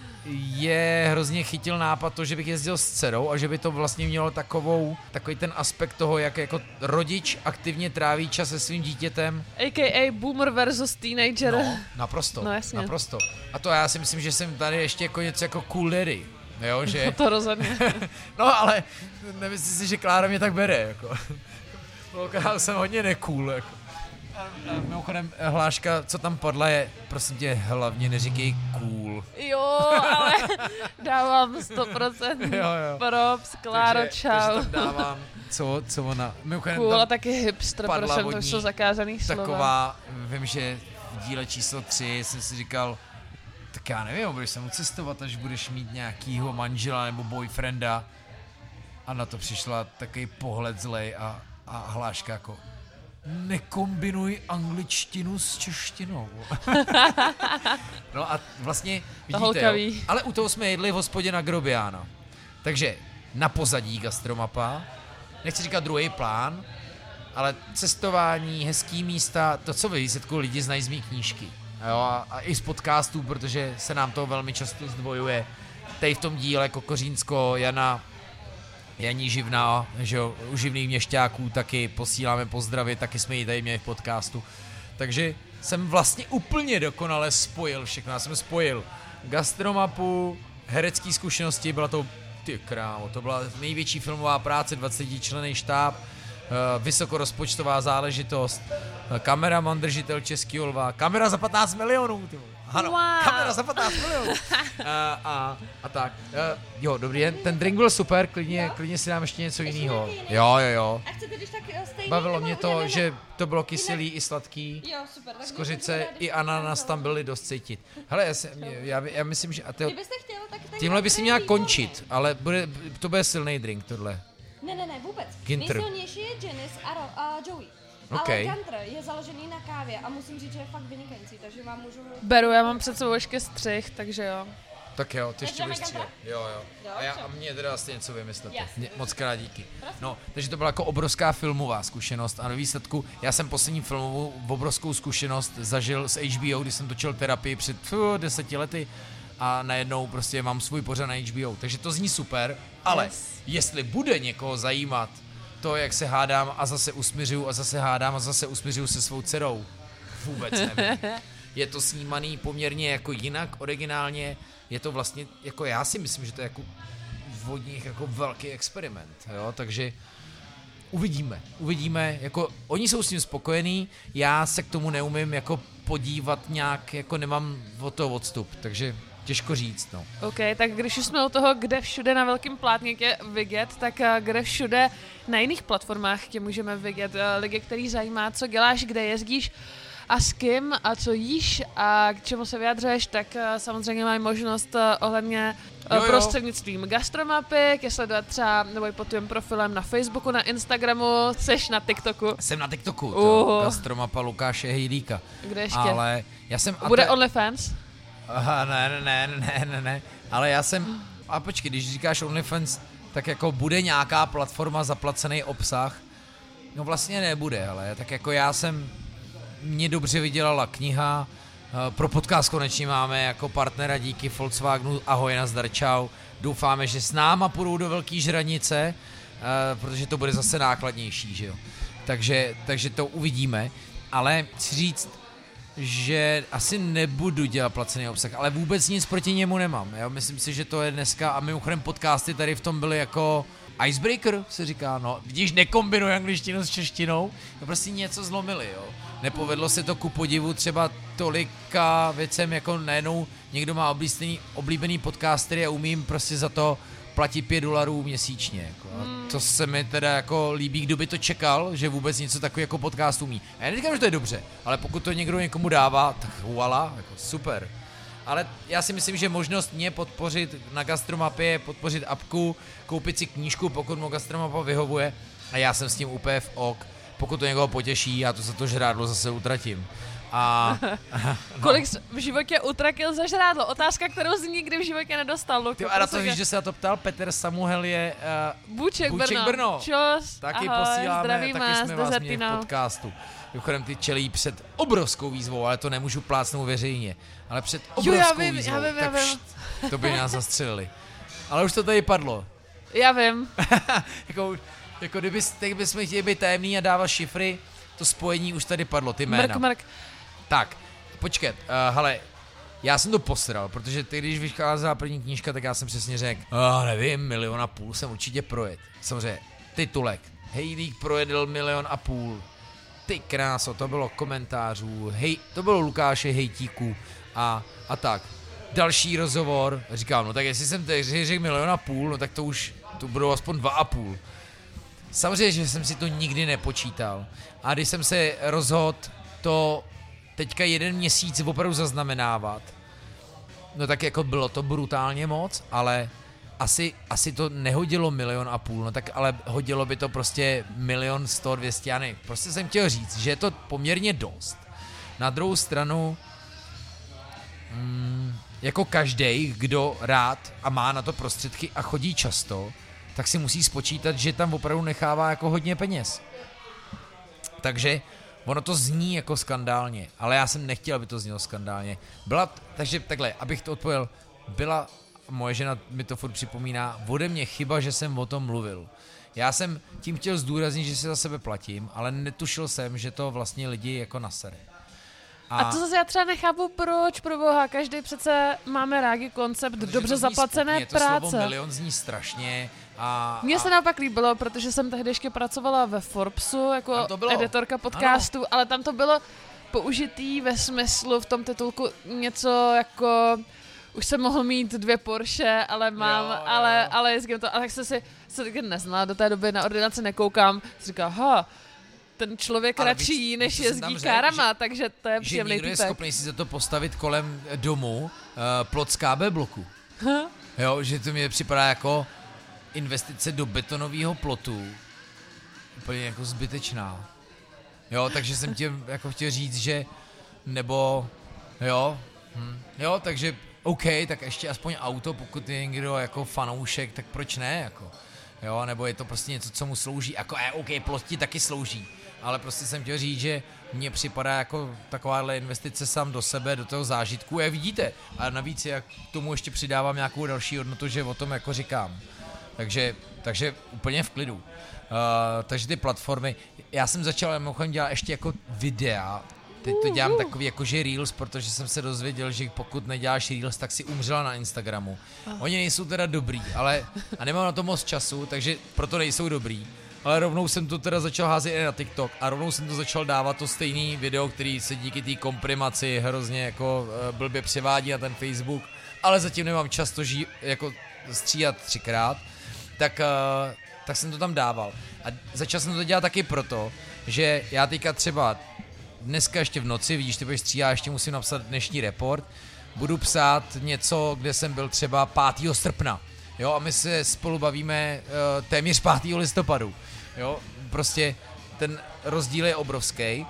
je hrozně chytil nápad to, že bych jezdil s dcerou a že by to vlastně mělo takovou, takový ten aspekt toho, jak jako rodič aktivně tráví čas se svým dítětem. A K A boomer versus teenager. No, naprosto, no, jasně. naprosto. A to já si myslím, že jsem tady ještě jako něco jako cool daddy, jo, že... No to rozhodně. No ale nemyslím si, že Klára mě tak bere, jako. Klára jsem hodně necool, jako. Mimochodem, hláška, co tam padla je, prosím tě, hlavně neříkej cool. Jo, ale dávám sto procent jo, jo. props, Kláro, takže, čau. Takže tam dávám, co, co ona, mimochodem cool tam a taky hipster, protože to jsou zakázaný slova. Taková, vím, že v díle číslo tři jsem si říkal, tak já nevím, budeš se mu cestovat, až budeš mít nějakýho manžela nebo boyfrienda. A na to přišla takový pohled zlej a, a hláška jako, nekombinuj angličtinu s češtinou. No a vlastně, vidíte, jo, ale u toho jsme jedli v hospodě na Grobiana. Takže na pozadí gastromapa, nechci říkat druhý plán, ale cestování, hezký místa, to, co ve výsledku lidi znají z mý knížky. Jo, a, a i z podcastů, protože se nám to velmi často zdvojuje. Tady v tom díle Kokořínsko, Jana Janí Živná, že jo, u živných měšťáků taky posíláme pozdravy, taky jsme ji tady měli v podcastu. Takže jsem vlastně úplně dokonale spojil všechno, já jsem spojil gastromapu, herecký zkušenosti, byla to, ty krávo, to byla největší filmová práce, dvacetičlenný štáb, vysokorozpočtová záležitost, kameraman, držitel Českého lva, kamera za patnáct milionů, ty vole. Ano, wow. Kamera za patnáct milionů. a, a, a tak. Uh, jo, dobrý den, ten drink byl super, klidně, klidně si dám ještě něco jiného. Jo, jo, jo. A chcete když tak stejný? Bavilo mě to, že to bylo kyselý i sladký. Jo, super. Z kořice i ananas tam byly dost cítit. Hele, já, si, já, já myslím, že... A to, Kdybyste chtěl, tak... tak tímhle by si měla končit, ale bude, to bude silný drink, tohle. Ne, ne, ne, vůbec. Ginter. Nejsilnější je Janice a, Ro- a Joey. Okay. Ale Gunter je založený na kávě a musím říct, že je fakt vynikající, takže vám můžu... Beru, já mám před sebou ještě střih, takže jo. Tak jo, ty ještě dáme budeš střílet. Jo, jo. A, já, a mě teda asi něco vymyslete. Mě, moc krát díky. No, takže to byla jako obrovská filmová zkušenost a na výsledku, já jsem poslední filmovou obrovskou zkušenost zažil s H B O, když jsem točil terapii před pů, deseti lety a najednou prostě mám svůj pořad na H B O. Takže to zní super, ale yes. Jestli bude někoho zajímat to, jak se hádám a zase usmiřuju a zase hádám a zase usmiřuju se svou dcerou, vůbec nevím. Je to snímaný poměrně jako jinak, originálně, je to vlastně, jako já si myslím, že to je jako od nich jako velký experiment, jo, takže uvidíme, uvidíme, jako oni jsou s tím spokojení, já se k tomu neumím jako podívat nějak, jako nemám od toho odstup, takže těžko říct, no. OK, tak když už jsme u toho, kde všude na velkém plátně tě vidět, tak kde všude na jiných platformách tě můžeme vidět, lidi, který zajímá, co děláš, kde jezdíš a s kým a co jíš a k čemu se vyjadřuješ, tak samozřejmě mají možnost ohledně jo, jo. prostřednictvím gastromapy, ke sledovat třeba nebo i pod tvým profilem na Facebooku, na Instagramu, seš na TikToku. Jsem na TikToku, to uh. gastromapa Lukáše Hejdíka. Kde ještě? Ale já jsem... Bude te... OnlyFans? Aha, ne, ne, ne, ne, ne, ne, ale já jsem... A počkej, když říkáš OnlyFans, tak jako bude nějaká platforma zaplacený obsah? No vlastně nebude, ale tak jako já jsem... Mě dobře vydělala kniha, pro podcast konečně máme jako partnera díky Volkswagenu, ahoj, nazdar, čau. Doufáme, že s náma půjdou do velký žranice, protože to bude zase nákladnější, že jo. Takže, takže to uvidíme, ale chci říct, že asi nebudu dělat placený obsah, ale vůbec nic proti němu nemám, jo. Myslím si, že to je dneska, a mimochodem podcasty tady v tom byly jako icebreaker, se říká, no, vidíš, nekombinuj angličtinu s češtinou, no prostě něco zlomili, jo. Nepovedlo se to ku podivu třeba tolika věcem, jako najednou někdo má oblíbený, oblíbený podcastery a umím prostě za to platit pět dolarů měsíčně. Jako. A to se mi teda jako líbí, kdo by to čekal, že vůbec něco takového jako podcast umí. A já neříkám, že to je dobře, ale pokud to někdo někomu dává, tak voila, jako super. Ale já si myslím, že možnost mě podpořit na gastromapě je podpořit apku, koupit si knížku, pokud mu gastromapa vyhovuje a já jsem s tím úplně v ok. Pokud to někoho potěší, já to za to žrádlo zase utratím. A, no. Kolik jsi v životě utratil za žrádlo? Otázka, kterou jsi nikdy v životě nedostal. Luku, a na to víš, že se na to ptal, Petr Samuel je uh, Bůček, Bůček Brno. Brno. Čus, taky ahoj, posíláme, zdravíme, taky jsme vás měli Dezertino. v podcastu. Mimochodem ty čelí před obrovskou výzvou, ale to nemůžu plácnout veřejně. Ale před obrovskou jo, já vím, výzvou. Já vím, já tak vím. Št, to by nás zastřelili. Ale už to tady padlo. Já vím. jako, jako kdyby, kdybychom chtěli být tajemný a dávat šifry, to spojení už tady padlo, ty jména. Mrk, mrk. Tak, počkat, uh, hele, já jsem to posral, protože ty, když vycházela první knížka, tak já jsem přesně řekl, oh, nevím, milion a půl jsem určitě projet. Samozřejmě, titulek, Hejdík projedl milion a půl. Ty kráso, to bylo komentářů, hej, to bylo Lukáše Hejtíků a, a tak. Další rozhovor, říkám, no tak jestli jsem teď řekl milion a půl, no tak to už, to budou aspoň dva a půl. Samozřejmě, že jsem si to nikdy nepočítal. A když jsem se rozhodl to teďka jeden měsíc opravdu zaznamenávat, no tak jako bylo to brutálně moc, ale asi, asi to nehodilo milion a půl, no tak ale hodilo by to prostě milion sto, dvěstě, já nevím. Prostě jsem chtěl říct, že je to poměrně dost. Na druhou stranu, mm, jako každej, kdo rád a má na to prostředky a chodí často, tak si musí spočítat, že tam opravdu nechává jako hodně peněz. Takže ono to zní jako skandálně, ale já jsem nechtěl, aby to znělo skandálně. Byla, takže takhle, abych to odpověděl, byla moje žena mi to furt připomíná, ode mě chyba, že jsem o tom mluvil. Já jsem tím chtěl zdůraznit, že si za sebe platím, ale netušil jsem, že to vlastně lidi jako nasere. A, a to zase já třeba nechápu, proč, pro boha, každý přece máme rádi koncept dobře zaplacené spokně, práce. To slovo milion zní strašně. A, Mně a... se naopak líbilo, protože jsem tehdy ještě pracovala ve Forbesu jako editorka podcastu, ano. Ale tam to bylo použitý ve smyslu v tom titulku něco jako už jsem mohl mít dvě Porsche, ale mám, jo, ale, jo. ale jezdím to. A tak jsem si se taky neznala, do té doby na ordinaci nekoukám. Jsem říkal, ha, ten člověk ale radši jí, než jezdí kárama, že, takže to je příjemný týpek. Že někdo je schopný si za to postavit kolem domu uh, plot z ká bé bloku. Jo, že to mi připadá jako investice do betonového plotu. Úplně jako zbytečná. Jo, takže jsem tě jako chtěl říct, že nebo jo, hm, jo, takže OK, tak ještě aspoň auto, pokud je někdo jako fanoušek, tak proč ne, jako, jo, nebo je to prostě něco, co mu slouží, jako je OK, plot ti taky slouží, ale prostě jsem chtěl říct, že mně připadá jako takováhle investice sám do sebe, do toho zážitku, jak vidíte, a navíc jak k tomu ještě přidávám nějakou další hodnotu, že o tom jako říkám, takže, takže úplně v klidu. Uh, takže ty platformy, já jsem začal mimochodem dělat ještě jako videa, teď to dělám takový jakože Reels, protože jsem se dozvěděl, že pokud neděláš Reels, tak si umřela na Instagramu. Oni nejsou teda dobrý, ale a nemám na to moc času, takže proto nejsou dobrý. Ale rovnou jsem to teda začal házet i na TikTok a rovnou jsem to začal dávat to stejný video, který se díky té komprimaci hrozně jako uh, blbě převádí na ten Facebook, ale zatím nemám čas to ží, jako stříhat třikrát, tak... Uh, tak jsem to tam dával. A začal jsem to dělat taky proto, že já teďka třeba dneska ještě v noci, vidíš, ty budeš stříhat, ještě musím napsat dnešní report, budu psát něco, kde jsem byl třeba pátého srpna, jo, a my se spolu bavíme uh, téměř pátého listopadu, jo, prostě ten rozdíl je obrovský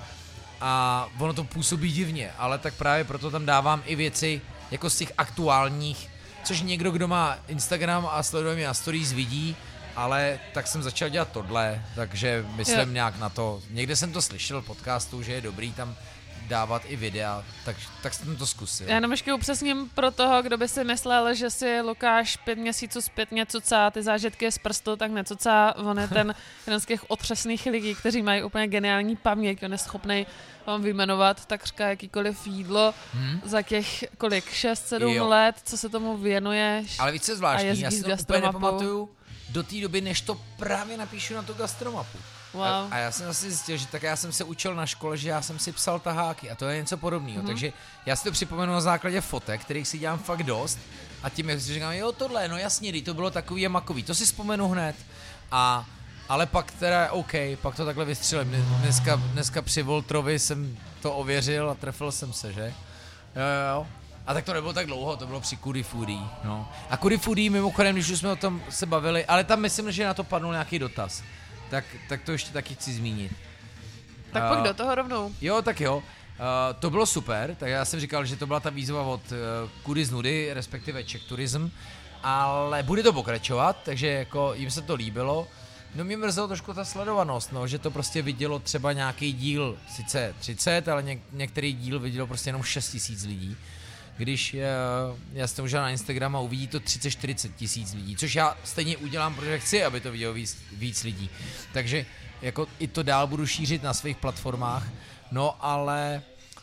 a ono to působí divně, ale tak právě proto tam dávám i věci jako z těch aktuálních, což někdo, kdo má Instagram a sleduje mě na stories, vidí, ale tak jsem začal dělat tohle, takže myslím jo. nějak na to. Někde jsem to slyšel v podcastu, že je dobrý tam dávat i videa, tak, tak jsem to zkusil. Já jenom ještě upřesním pro toho, kdo by si myslel, že si Lukáš pět měsíců zpětně cucá ty zážitky z prstu, tak necucá. On je ten jeden z těch otřesných lidí, kteří mají úplně geniální paměť, on je schopný vám vyjmenovat takřka jakýkoliv jídlo hmm. za těch kolik, šest sedm let, co se tomu věnuješ. Ale víc se zvláštní, já si to úplně nepamatuju do té doby, než to právě napíšu na tu gastromapu. Wow. A, a já jsem asi zjistil, že tak já jsem se učil na škole, že já jsem si psal taháky a to je něco podobného. Mm-hmm. Takže já si to připomenu na základě fotek, kterých si dělám fakt dost a tím, jak si říkám, jo tohle, no jasně, to bylo takový a makový, to si vzpomenu hned. A, ale pak teda OK, pak to takhle vystřelím. Dneska, dneska při Voltrovi jsem to ověřil a trefil jsem se, že? Jo, jo, jo. A tak to nebylo tak dlouho, to bylo při Kudi Foodie, no. A Kudi Foodie mimochodem, když už jsme o tom se bavili, ale tam myslím, že na to padnul nějaký dotaz. Tak, tak to ještě taky chci zmínit. Tak uh, pojď do toho rovnou. Jo, tak jo. Uh, to bylo super, tak já jsem říkal, že to byla ta výzva od uh, Kudy z nudy, respektive Czech Tourism, ale bude to pokračovat, takže jako jim se to líbilo. No mě mrzelo trošku ta sledovanost, no, že to prostě vidělo třeba nějaký díl, sice třicet, ale něk- některý díl vidělo prostě jenom šest tisíc lidí. Když uh, já jsem to užil na Instagram a uvidí to třicet čtyřicet tisíc lidí, což já stejně udělám, protože chci, aby to vidělo víc, víc lidí. Takže jako i to dál budu šířit na svých platformách, no ale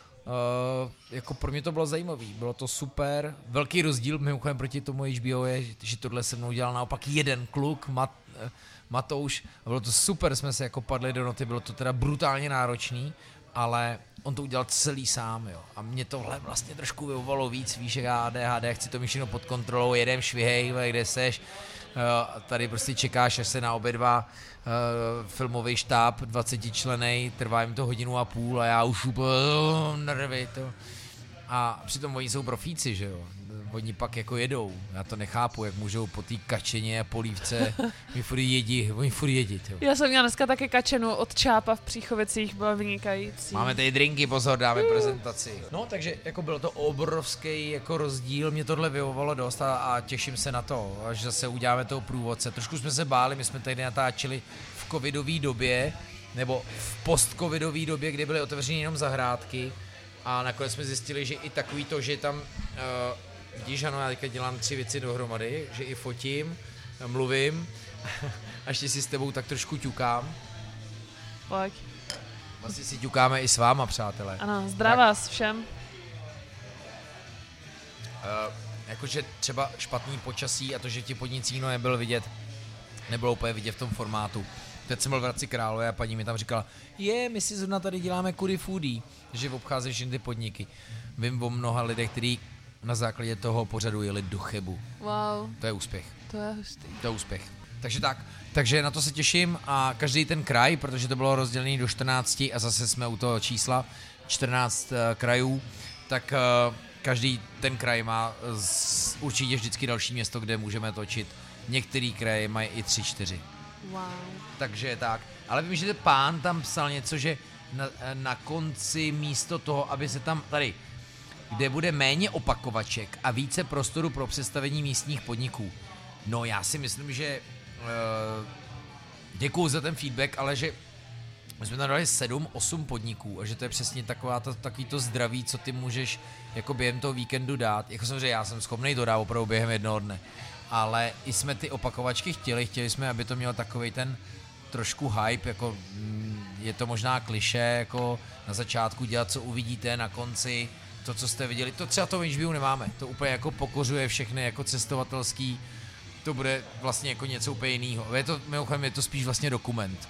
uh, jako pro mě to bylo zajímavý, bylo to super. Velký rozdíl mimochodem proti tomu H B O je, že tohle se mnou dělal naopak jeden kluk, Mat, uh, Matouš, a bylo to super, jsme se jako padli do noty, bylo to teda brutálně náročný, ale on to udělal celý sám, jo. A mě tohle vlastně trošku vyvolalo víc, víš, jak A D H D, chci to mít všechno pod kontrolou, jedem švihej, kde seš, uh, tady prostě čekáš, až se na obě dva uh, filmový štáb dvacetičlennej, trvá jim to hodinu a půl a já už úplně uh, nervy to. A přitom oni jsou profíci, že jo. Oni pak jako jedou, já to nechápu, jak můžou po té kačeně a polívce, oni furt jedí, oni furt jedí. Jo. Já jsem měla dneska taky kačenu od Čápa v Příchovicích, byla vynikající. Máme tady drinky, pozor, dáme prezentaci. No, takže jako bylo to obrovský jako rozdíl, mě tohle vyhovovalo dost a, a těším se na to, až zase uděláme toho průvodce. Trošku jsme se báli, my jsme tady natáčeli v covidové době, nebo v post-covidové době, kdy byly otevřeny jenom zahrádky a nakonec jsme zjistili, že i takový to, že tam uh, vidíš, ano, já teďka dělám tři věci dohromady, že i fotím, mluvím, a ještě si s tebou tak trošku ťukám. Pojď. Vlastně si ťukáme i s váma, přátelé. Ano, zdrav vás všem. Uh, jakože třeba špatný počasí a to, že ti podnicí no nebyl vidět, nebylo úplně vidět v tom formátu. Teď jsem byl v Hradci Králové a paní mi tam říkala, je, my si zrovna tady děláme Kudy Foodie, že obcházíš jen ty podniky. Vím o mnoha lidech, kteří na základě toho pořadu jeli do Chebu. Wow. To je úspěch. To je hustý. To je úspěch. Takže tak, takže na to se těším a každý ten kraj, protože to bylo rozdělené do čtrnácti a zase jsme u toho čísla, čtrnáct uh, krajů, tak uh, každý ten kraj má z, určitě vždycky další město, kde můžeme točit. Některý kraje mají i tři, čtyři. Wow. Takže tak. Ale vím, že ten pán tam psal něco, že na, na konci místo toho, aby se tam tady, kde bude méně opakovaček a více prostoru pro představení místních podniků. No já si myslím, že uh, děkuju za ten feedback, ale že my jsme tam dali sedm, osm podniků a že to je přesně taková to, takový to zdraví, co ty můžeš jako během toho víkendu dát. Jako samozřejmě já jsem schopnej to dát opravdu během jednoho dne. Ale i jsme ty opakovačky chtěli, chtěli jsme, aby to mělo takovej ten trošku hype, jako je to možná klišé, jako na začátku dělat, co uvidíte, na konci, to, co jste viděli, to třeba to v H B O nemáme, to úplně jako pokořuje všechny jako cestovatelský, to bude vlastně jako něco úplně jiného. Je to, mimochodem, je to spíš vlastně dokument.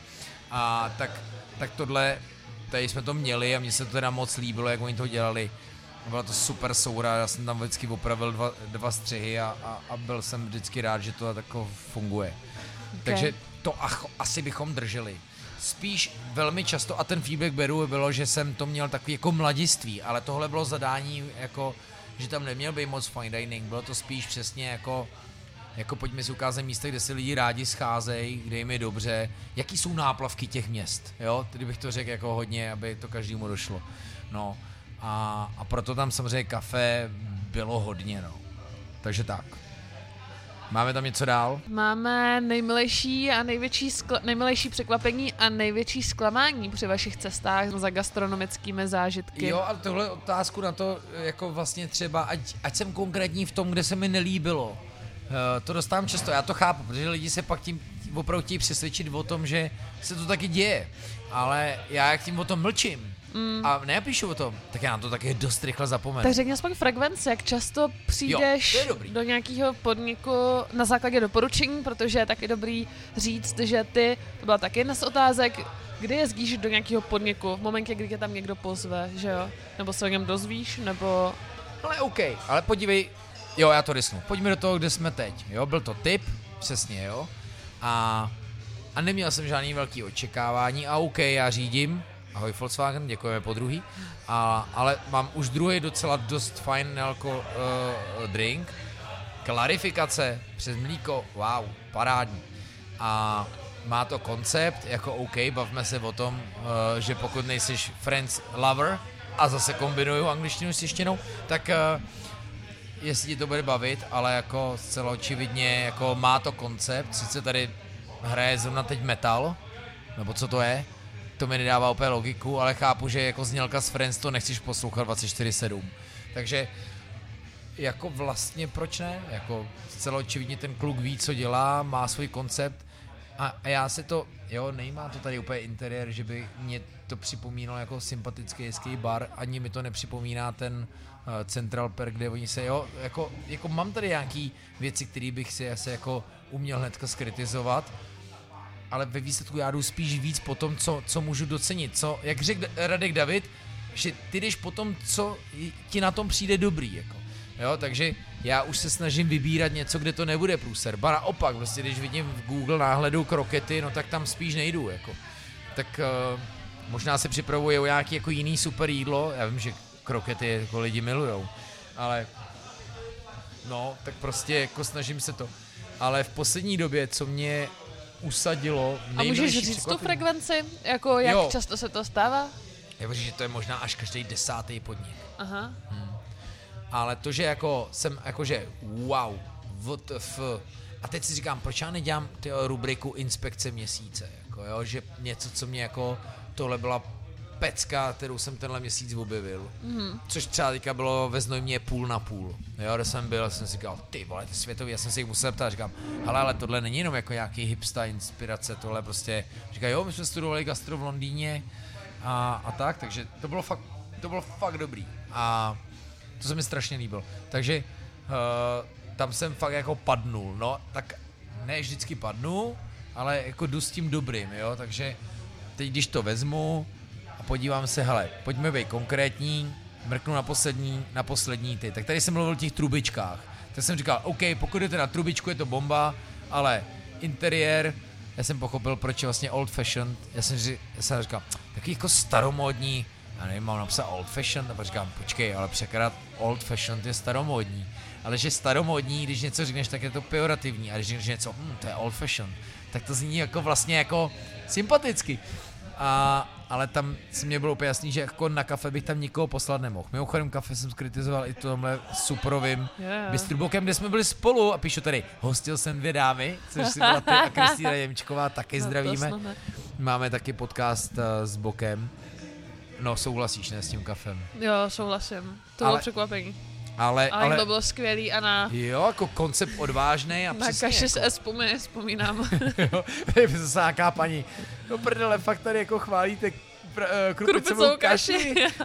A tak, tak tohle, tady jsme to měli a mně se to teda moc líbilo, jak oni to dělali. Byla to super soura, já jsem tam vždycky opravil dva, dva střihy a, a, a byl jsem vždycky rád, že to tako funguje. Okay. Takže to ach, asi bychom drželi. Spíš velmi často, a ten feedback beru, bylo, že jsem to měl takový jako mladiství, ale tohle bylo zadání, jako, že tam neměl být moc fine dining, bylo to spíš přesně jako, jako pojďme si ukázat místa, kde si lidi rádi scházejí, kde jim je dobře, jaký jsou náplavky těch měst, jo, kdybych to řekl jako hodně, aby to každému došlo, no. A, a proto tam samozřejmě kafe bylo hodně, no. Takže tak. Máme tam něco dál? Máme nejmilejší a největší, skl- nejmilejší překvapení a největší zklamání při vašich cestách za gastronomickými zážitky. Jo, ale tohle otázku na to, jako vlastně třeba, ať, ať jsem konkrétní v tom, kde se mi nelíbilo. Uh, to dostávám často, já to chápu, protože lidi se pak tím opravdu chtějí přesvědčit o tom, že se to taky děje. Ale já jak tím o tom mlčím, Mm. a nepíšu o tom, tak já na to taky dost rychle zapomenu. Tak řekni aspoň frekvenci, jak často přijdeš jo, do nějakého podniku na základě doporučení, protože je taky dobrý říct, že ty, to byla taky jedna z otázek, kdy jezdíš do nějakého podniku, v momentě, kdy tě tam někdo pozve, že jo? Nebo se o něm dozvíš, nebo... Ale OK, ale podívej, jo, já to rysnu, pojďme do toho, kde jsme teď, jo, byl to tip, přesně, jo, a, a neměl jsem žádný velký očekávání a OK, já řídím, ahoj Volkswagen, děkujeme po druhý. A, ale mám už druhý docela dost fajn alko uh, drink. Klarifikace přes mlíko, wow, parádní. A má to koncept, jako OK, bavme se o tom, uh, že pokud nejsiš friends lover, a zase kombinuju angličtinu s češtinou, tak uh, jestli ti to bude bavit, ale jako zcela očividně jako má to koncept, sice tady hraje zrovna teď metal, nebo co to je, to mi nedává úplně logiku, ale chápu, že jako znělka z Friends to nechceš poslouchat dvacet čtyři sedm. Takže jako vlastně proč ne? Jako zcela očividně ten kluk ví, co dělá, má svůj koncept a, a já se to, jo, nejmá to tady úplně interiér, že by mě to připomínalo jako sympatický hezký bar, ani mi to nepřipomíná ten uh, Central Park, kde oni se, jo, jako, jako mám tady nějaký věci, které bych si asi jako uměl hnedka skritizovat, ale ve výsledku já jdu spíš víc po tom, co, co můžu docenit, co, jak řekl Radek David, že ty jdeš po tom, co ti na tom přijde dobrý, jako, jo, takže já už se snažím vybírat něco, kde to nebude průser, ba naopak, vlastně když vidím v Google náhledu krokety, no tak tam spíš nejdu, jako, tak uh, možná se připravuje o nějaký jako jiný super jídlo, já vím, že krokety jako lidi milujou, ale no, tak prostě jako snažím se to, ale v poslední době, co mě usadilo. A můžeš říct tu frekvenci? Jako jak jo. často se to stává? Já věřím, že to je možná až každý desátý podnik. Aha. Hmm. Ale to, že jako jsem, jakože wow, W T F. A teď si říkám, proč já nedělám tyjo, rubriku inspekce měsíce, jako jo, že něco, co mě jako, tohle byla pecka, kterou jsem tenhle měsíc objevil, Mm. což třeba teďka bylo ve Znojmě půl na půl, jo, kde jsem byl, jsem si říkal, ty vole, ty světový, já jsem si jich musel ptát, říkám, hele, ale tohle není jenom jako nějaký hipsta inspirace, tohle prostě, říkají, jo, my jsme studovali gastro v Londýně a, a tak, takže to bylo fakt, to bylo fakt dobrý a to se mi strašně líbilo, takže uh, tam jsem fakt jako padnul, no, tak ne vždycky padnu, ale jako jdu s tím dobrým, jo, takže teď když to vezmu a podívám se, hele, pojďme být konkrétní, mrknu na poslední, na poslední ty, tak tady jsem mluvil o těch trubičkách, tak jsem říkal, OK, pokud jdete na trubičku, je to bomba, ale interiér, já jsem pochopil, proč je vlastně old fashioned, já jsem, ři, já jsem říkal, taky jako staromódní, já nevím, mám napsat old fashioned, a pak říkám, počkej, ale překrát old fashioned je staromódní, ale že staromódní, když něco řekneš, tak je to pejorativní, a když řekneš něco, hm, to je old fashioned, tak to zní jako vlastně jako sympaticky. A, ale tam si mě bylo úplně jasný, že jako na kafe bych tam nikoho poslat nemohl. Mimochodem kafe jsem skritizoval i tomhle superovým Yeah. Bystrobokem, kde jsme byli spolu a píšu tady, hostil jsem dvě dámy, což si byla ty a Kristýna Němčková, taky No, to zdravíme. snad ne. Máme taky podcast uh, s Bokem. No souhlasíš, ne, s tím kafem. Jo, souhlasím. To Ale- bylo překvapení. Ale, Ale, ale to bylo skvělý a na, jo, jako koncept odvážný a na přesně kaši s jako, espumy vzpomínám. jo, tady by zase nějaká paní, no prdele, fakt tady jako chválíte pr- uh, krupicovou Krupicovou kaši. kaši. uh,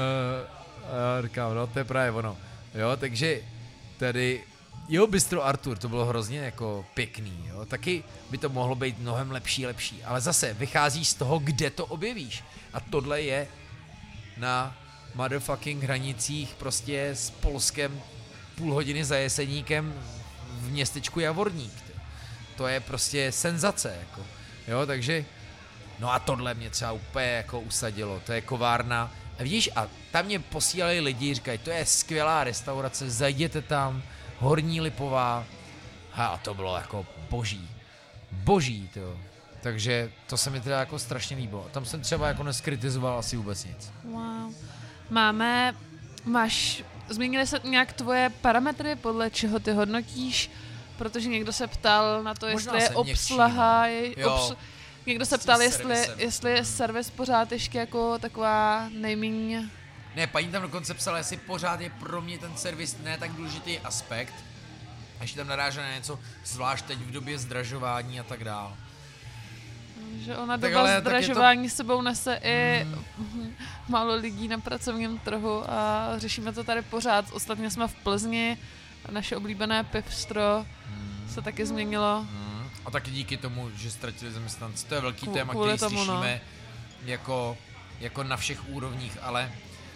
uh, říkám, no to je právě ono. Jo, takže tady, jo, Bistro Artur, to bylo hrozně jako pěkný, jo, taky by to mohlo být mnohem lepší, lepší, ale zase vychází z toho, kde to objevíš. A tohle je na motherfucking hranicích prostě s Polskem půl hodiny za Jeseníkem v městečku Javorník. To je prostě senzace, jako, jo, takže, no a tohle mě třeba úplně jako usadilo, to je kovárna, a vidíš, a tam mě posílali lidi, říkají, to je skvělá restaurace, zajděte tam, Horní Lipová, a to bylo jako boží, boží, to. Takže to se mi teda jako strašně líbilo. Tam jsem třeba jako neskritizoval asi vůbec nic. Wow. Máme, máš, změnily se nějak tvoje parametry, podle čeho ty hodnotíš? Protože někdo se ptal na to, Možná jestli je jsem měkčí, obsluha, no. je, Jo. obs, někdo se S tím ptal, jestli, servisem. jestli je servis pořád ještě jako taková nejméně. Ne, paní tam dokonce psala, jestli pořád je pro mě ten servis ne tak důležitý aspekt, a ještě tam naráží na něco, zvlášť teď v době zdražování a tak dál. Že ona Tak doba ale tak je to- zdražování s sebou nese i mm. málo lidí na pracovním trhu a řešíme to tady pořád. Ostatně jsme v Plzni a naše oblíbené pivstro Hmm. se taky změnilo. Hmm. A taky díky tomu, že ztratili zaměstnanci. To je velký Kvů- téma, kvůli který tomu, no. slyšíme jako, jako na všech úrovních, ale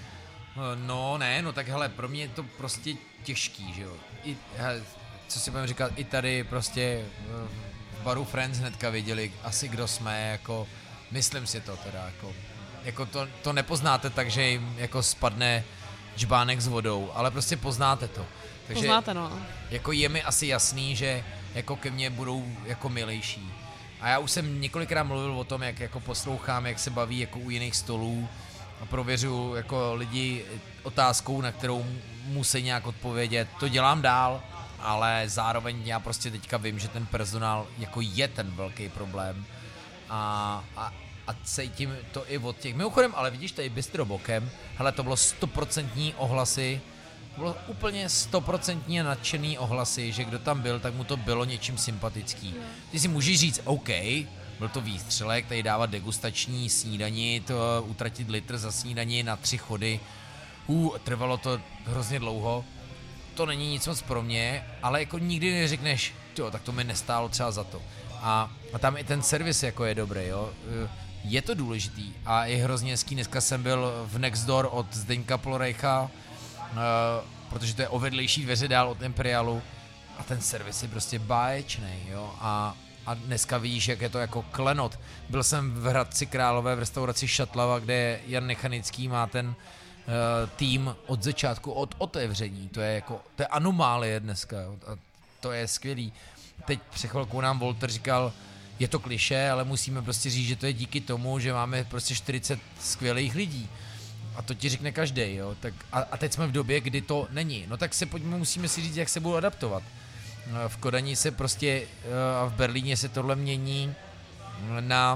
no ne, no tak hele, pro mě je to prostě těžký, že jo. I, hele, co si budeme říkat, i tady prostě v baru Friends hnedka viděli asi kdo jsme, jako myslím si to teda, jako, jako to, to nepoznáte tak, že jim jako spadne džbánek s vodou, ale prostě poznáte to. Takže Poznáte, no. jako je mi asi jasný, že jako ke mně budou jako milejší. A já už jsem několikrát mluvil o tom, jak jako poslouchám, jak se baví jako u jiných stolů a prověřuju jako lidi otázkou, na kterou musí nějak odpovědět. To dělám dál, ale zároveň já prostě teďka vím, že ten personál jako je ten velký problém a, a, a cítím to i od těch. Mimochodem, ale vidíš tady Bistro Bokem, hele, to bylo stoprocentní ohlasy, to bylo úplně stoprocentně nadšený ohlasy, že kdo tam byl, tak mu to bylo něčím sympatický. Ty si můžeš říct, OK, byl to výstřelek, tady dávat degustační snídani, to utratit litr za snídani na tři chody, uh, trvalo to hrozně dlouho, to není nic moc pro mě, ale jako nikdy neřekneš, jo, tak to mi nestálo třeba za to. A, a tam i ten servis jako je dobrý, jo. Je to důležitý a je hrozně hezký. Dneska jsem byl v Next Door od Zdeňka Polorejcha, uh, protože to je o vedlejší dveře dál od Imperialu a ten servis je prostě báječný, jo. A, a dneska vidíš, jak je to jako klenot. Byl jsem v Hradci Králové v restauraci Šatlava, kde Jan Nechanický má ten Uh, tým od začátku, od otevření, to je jako, to je anomálie dneska, jo, a to je skvělý. Teď před chvilkou nám Walter říkal, je to klišé, ale musíme prostě říct, že to je díky tomu, že máme prostě čtyřicet skvělých lidí. A to ti řekne každý, jo, tak a, a teď jsme v době, kdy to není. No tak se pojďme, musíme si říct, jak se budou adaptovat. Uh, v Kodani se prostě, uh, a v Berlíně se tohle mění na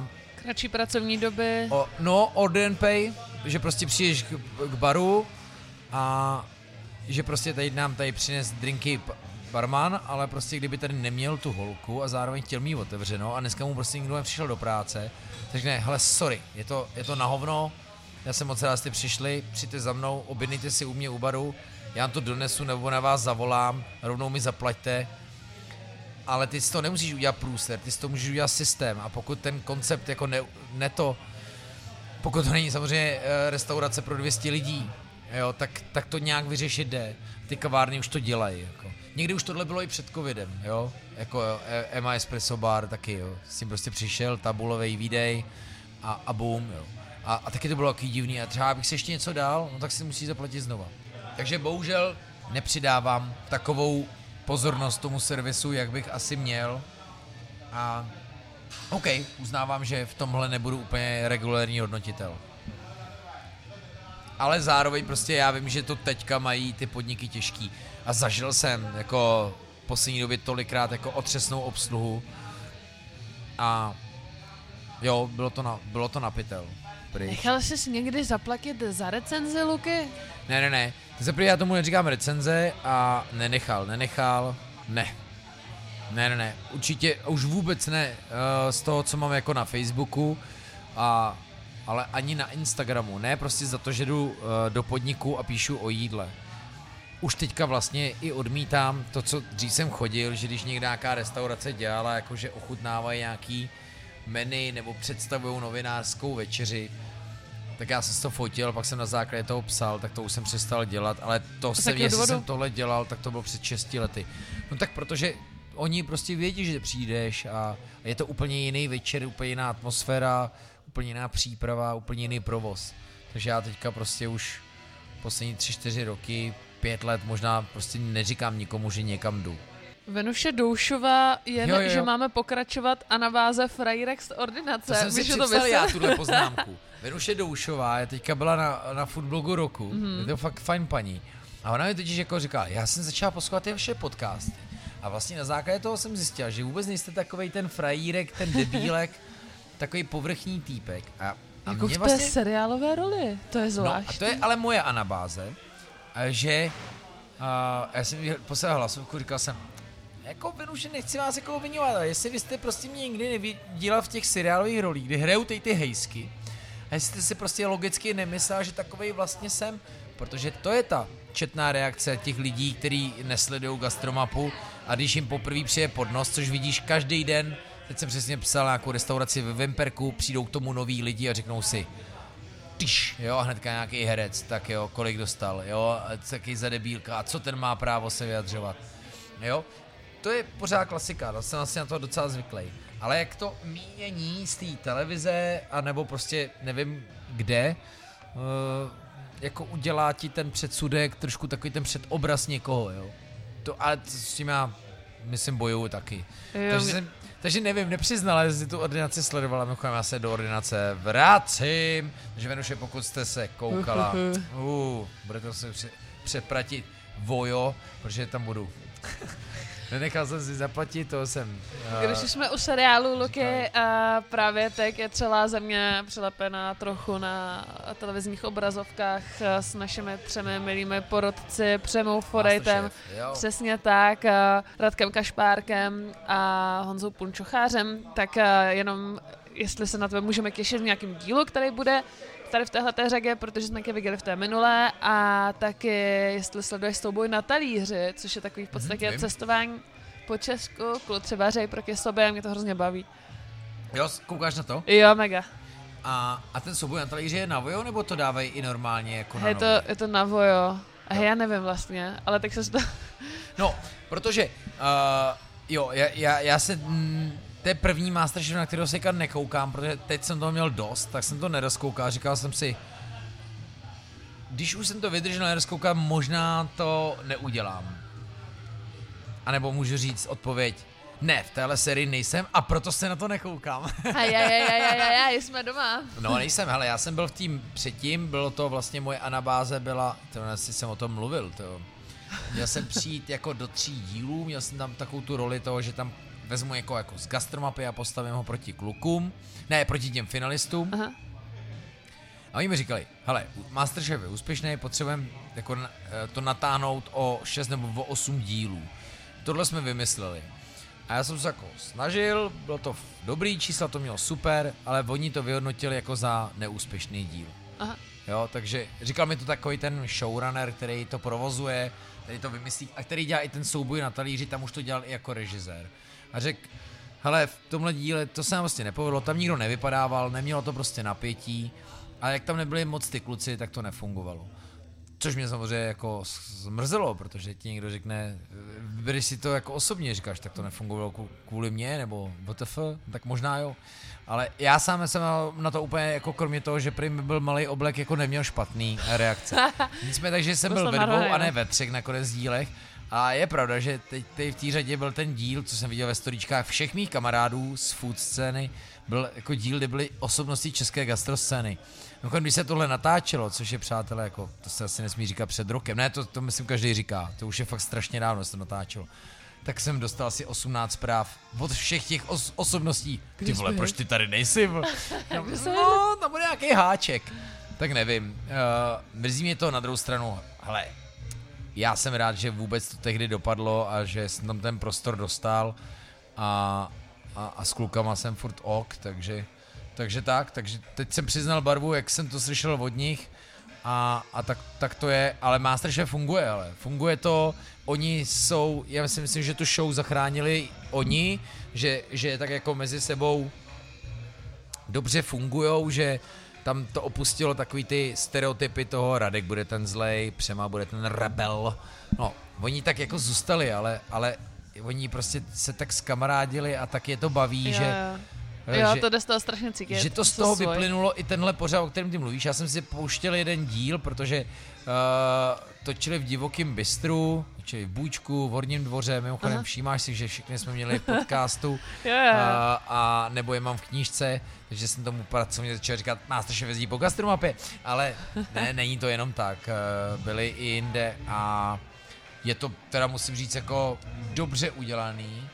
Kratší pracovní doby. O, no, order and pay, že prostě přijdeš k, k baru a že prostě tady nám tady přines drinky barman, ale prostě kdyby tady neměl tu holku a zároveň chtěl mít otevřeno a dneska mu prostě nikdo nepřišel do práce, takže ne, hele, sorry, je to, je to na hovno, já jsem moc rád, jste přišli, přijďte za mnou, objednejte si u mě u baru, já vám to donesu nebo na vás zavolám, rovnou mi zaplaťte, ale ty si to nemusíš udělat průser, ty si to můžeš udělat systém a pokud ten koncept jako ne, ne to, pokud to není samozřejmě restaurace pro dvě stě lidí, jo, tak, tak to nějak vyřešit jde, ty kavárny už to dělají, jako. Někdy už tohle bylo i před covidem, jo, jako Emma Espresso Bar taky, jo, s tím prostě přišel, tabulový výdej a, a boom, jo. A, a taky to bylo takový divný a třeba bych si ještě něco dal, no tak si musí zaplatit znova. Takže bohužel nepřidávám takovou pozornost tomu servisu, jak bych asi měl a OK, uznávám, že v tomhle nebudu úplně regulérní hodnotitel. Ale zároveň prostě já vím, že to teďka mají ty podniky těžký a zažil jsem jako v poslední době tolikrát jako otřesnou obsluhu a jo, bylo to na, bylo to na pytel. Pryč. Nechal jsi někdy zaplatit za recenzi, Luky? Ne, ne, ne, za prý já tomu neříkám recenze a nenechal, nenechal, ne. Ne, ne, ne, určitě už vůbec ne uh, z toho, co mám jako na Facebooku, a, ale ani na Instagramu, ne prostě za to, že jdu uh, do podniku a píšu o jídle. Už teďka vlastně i odmítám to, co dřív jsem chodil, že když někde nějaká restaurace dělala, jakože ochutnávají nějaký menu nebo představují novinářskou večeři, tak já jsem to fotil, pak jsem na základě toho psal, tak to už jsem přestal dělat, ale to jsem, jestli důvodu? jsem tohle dělal, tak to bylo před šesti lety. No tak protože oni prostě vědí, že přijdeš a je to úplně jiný večer, úplně jiná atmosféra, úplně jiná příprava, úplně jiný provoz. Takže já teďka prostě už poslední tři, čtyři roky, pět let možná prostě neříkám nikomu, že někam jdu. Venuše Doušová, jen, jo, jo, jo. že máme pokračovat a na váze frajírek z ordinace. To jsem si připsal já, tuhle poznámku. Venuše Doušová, já teďka byla na, na foodblogu roku, mm-hmm. je to fakt fajn paní. A ona mi totiž jako říká, já jsem začala poslouchat ty vaše podcasty. A vlastně na základě toho jsem zjistil, že vůbec nejste takovej ten frajírek, ten debílek, takový povrchní týpek. A, a jako v té vlastně seriálové roli, to je zvláštní. No a to je ale moje anabáze, že a já jsem poslal hlasovku, říkal jsem, jako Venuše, nechci vás jako obviňovat, ale jestli vy jste prostě mě nikdy neviděla v těch seriálových rolích, kdy hrajou ty ty hejsky, a jestli jste si prostě logicky nemyslel, že takovej vlastně jsem, protože to je ta četná reakce těch lidí, kteří nesledují gastromapu a když jim poprvé přijde pod nos, což vidíš každý den, teď jsem přesně psal nějakou restauraci ve Vimperku, přijdou k tomu noví lidi a řeknou si, tyš, jo, a hnedka nějaký herec, tak jo, kolik dostal, jo, taky za debílka, a co ten má právo se vyjadřovat, jo. To je pořád klasika, no, jsem asi na to docela zvyklý. Ale jak to mínění z té televize, anebo prostě nevím kde, uh, jako udělá ti ten předsudek, trošku takový ten předobraz někoho, jo. To, ale s tím já, myslím, bojuju taky. Jo, takže, mě... jsem, takže nevím, nepřiznala, jestli tu ordinaci sledovala, mimochodem já se do ordinace vracím, takže Venuše, pokud jste se koukala, uh, budete se přepratit vojo, protože tam budu. Nenechal jsem si zaplatit, to jsem... Uh, Když jsme u seriálu, Luky, a právě teď je celá země přilepená trochu na televizních obrazovkách s našimi třemi milými porodci, Přemou Forejtem, přesně tak, Radkem Kašpárkem a Honzou Punčochářem, tak jenom jestli se na to můžeme těšit v nějakém dílu, který bude tady v téhleté řadě, protože jsme je viděli v té minulé, a taky jestli sleduješ Souboj na talíři, což je takový v podstatě mm, cestování po Česku, kluci vařejí proti sobě, mě to hrozně baví. Jo, koukáš na to? Jo, mega. A, a ten Souboj na talíři je na Vojo, nebo to dávají i normálně jako na je to, je to na Vojo. A já nevím vlastně, ale tak se to... No, protože, uh, jo, já, já, já se... Mm, to je první Masterchef, na kterého se nekoukám, protože teď jsem toho měl dost, tak jsem to nerozkoukal, říkal jsem si, když už jsem to vydržel nerozkoukal, možná to neudělám. A nebo můžu říct odpověď, ne, v téhle sérii nejsem a proto se na to nekoukám. Ajajajajajajaj, jsme doma. No nejsem, hele, já jsem byl v tým předtím, bylo to vlastně moje anabáze byla, to asi jsem o tom mluvil, to. Měl jsem přijít jako do tří dílů, měl jsem tam takovou tu roli toho, že tam vezmu jako, jako z gastromapy a postavím ho proti klukům, ne, proti těm finalistům. Aha. A oni mi říkali, hele, Masterchef je úspěšný, potřebujeme jako to natáhnout o šest nebo o osm dílů. Tohle jsme vymysleli. A já jsem se jako snažil, bylo to dobrý, čísla to mělo super, ale oni to vyhodnotili jako za neúspěšný díl. Aha. Jo, takže říkal mi to takový ten showrunner, který to provozuje, který to vymyslí a který dělá i ten souboj na talíři, tam už to dělal i jako režisér. A řekl, hele, v tomhle díle to se nám vlastně nepovedlo, tam nikdo nevypadával, nemělo to prostě napětí, a jak tam nebyli moc ty kluci, tak to nefungovalo. Což mě samozřejmě jako zmrzelo, protože ti někdo řekne, bereš si to jako osobně, říkáš, tak to nefungovalo kvůli mně, nebo W T F, tak možná jo. Ale já sám jsem na to úplně jako kromě toho, že prý mi byl malý oblek, jako neměl špatný reakce. Nicméně, takže jsem byl ve dvou a ne ve třech nakonec dílech. A je pravda, že teď, teď v té řadě byl ten díl, co jsem viděl ve storíčkách všech mých kamarádů z food scény, byl jako díl, kde byly osobnosti české gastroscény. No, když se tohle natáčelo, což je, přátelé, jako, to se asi nesmí říkat před rokem, ne, to, to myslím každý říká, to už je fakt strašně dávno, se to natáčelo, tak jsem dostal asi osmnáct zpráv od všech těch os- osobností. Ty vole, proč ty tady nejsi? No, tam bude nějaký háček. Tak nevím, uh, mrzí mě to na druhou stranu, hele, já jsem rád, že vůbec to tehdy dopadlo a že jsem tam ten prostor dostal a, a, a s klukama jsem furt ok, takže... Takže tak, takže teď jsem přiznal barvu, jak jsem to slyšel od nich a, a tak, tak to je, ale Masterchef funguje, ale funguje to, oni jsou, já si myslím, že tu show zachránili oni, že, že tak jako mezi sebou dobře fungujou, že tam to opustilo takový ty stereotypy toho, Radek bude ten zlej, Přema bude ten rebel, no, oni tak jako zůstali, ale, ale oni prostě se tak skamarádili a tak je to baví, jo, že... Jo. Jo, že, to jde z toho strašně cítit. Že to z toho svoj. Vyplynulo i tenhle pořad, o kterém ty mluvíš. Já jsem si pouštěl jeden díl, protože uh, točili v Divokým bistru, točili v Bůčku, v Horním dvoře, mimochodem Aha. všímáš si, že všichni jsme měli v podcastu jo, jo. Uh, a nebo je mám v knížce, takže jsem tomu pracovně začal říkat, Masterchef jezdí po gastromapě, ale ne, není to jenom tak, uh, byli i jinde a je to teda musím říct jako dobře udělaný.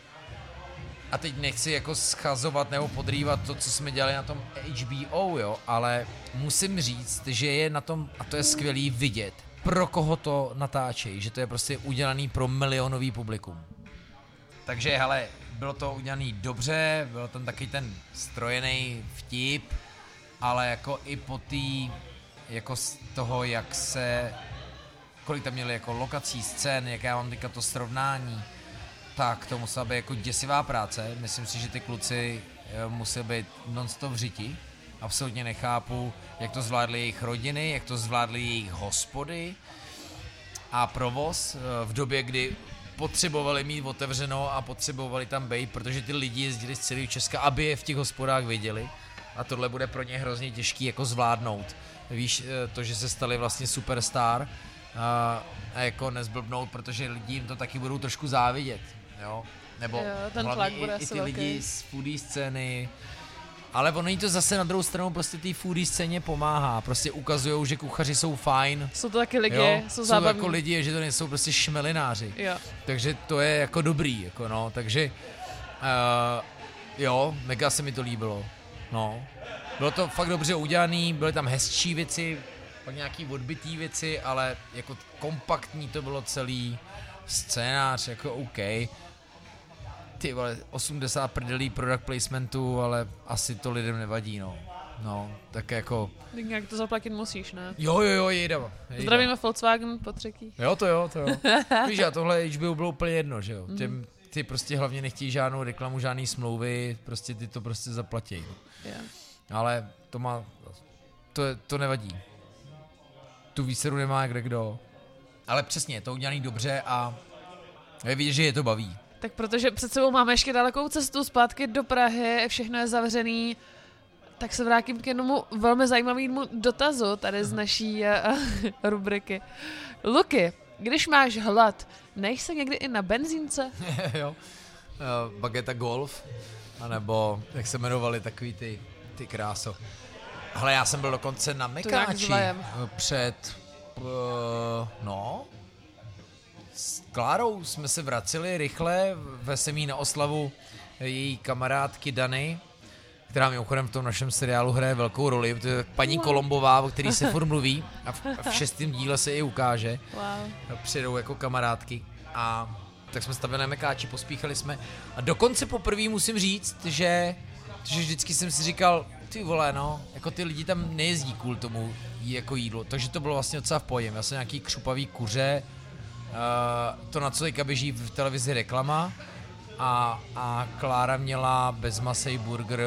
A teď nechci jako schazovat nebo podrývat to, co jsme dělali na tom H B O, jo, ale musím říct, že je na tom, a to je skvělý vidět, pro koho to natáčejí, že to je prostě udělaný pro milionový publikum. Takže hele, bylo to udělaný dobře, byl tam taky ten strojený vtip, ale jako i po té, jako z toho, jak se, kolik tam měli jako lokací, scén, jak já mám teďka to srovnání, tak to musela být jako děsivá práce. Myslím si, že ty kluci musí být non-stop v řiti. Absolutně nechápu, jak to zvládly jejich rodiny, jak to zvládly jejich hospody a provoz v době, kdy potřebovali mít otevřeno a potřebovali tam být, protože ty lidi jezdili z celého Česka, aby je v těch hospodách viděli. A tohle bude pro ně hrozně těžký jako zvládnout. Víš, to, že se stali vlastně superstar a, a jako nezblbnout, protože lidi jim to taky budou trošku závidět. Jo, nebo jo, ten hlavně bude i, i ty velký. lidi z foodie scény, ale ono jí to zase na druhou stranu prostě té foodie scéně pomáhá, prostě ukazujou, že kuchaři jsou fajn. Jsou to taky lidi, jo? jsou Jsou zábavní. jako lidi, že to nejsou prostě šmelináři, jo. Takže to je jako dobrý, jako no, takže uh, jo, mega se mi to líbilo, no, bylo to fakt dobře udělaný, byly tam hezčí věci, pak nějaký odbitý věci, ale jako kompaktní to bylo celý, scénář, jako OK. Ty vole, osmdesát prdelí product placementu, ale asi to lidem nevadí, no. No, tak jako... Tak nějak to zaplatit musíš, ne? Jo, jo, jo, jejda. Zdravíme Volkswagen po třetí. Jo, to jo, to jo. Víš, a tohle H B O bylo úplně jedno, že jo. Mm. Těm, ty prostě hlavně nechtějí žádnou reklamu, žádný smlouvy, prostě ty to prostě zaplatí. Yeah. Ale to má... To, to nevadí. Tu výsadu nemá kde kdo. Ale přesně, to udělaný dobře a je vidět, že je to baví. Tak protože před sebou máme ještě dalekou cestu zpátky do Prahy, všechno je zavřený, tak se vrátím k jednomu velmi zajímavému dotazu tady z naší uh, rubriky. Luky, když máš hlad, nejsi se někdy i na benzínce? Jo, uh, Bageta Golf, anebo jak se jmenovali takový ty, ty kráso. Hele, já jsem byl dokonce na Mekáči před... Uh, no, s Klárou jsme se vraceli rychle ve semí na oslavu její kamarádky Dany, která mimochodem v tom našem seriálu hraje velkou roli, to je paní Kolombová, o který se furt mluví a v, a v šestém díle se i ukáže. Wow. Přijedou jako kamarádky a tak jsme stavili na Mekáči, pospíchali jsme a dokonce poprvé musím říct, že, že vždycky jsem si říkal, ty vole no, jako ty lidi tam nejezdí kvůli tomu jí jako jídlo, takže to bylo vlastně docela v pohodě. Já jsem nějaký křupavý kuře, uh, to na co teďka běží v televizi reklama a, a Klára měla bezmasej burger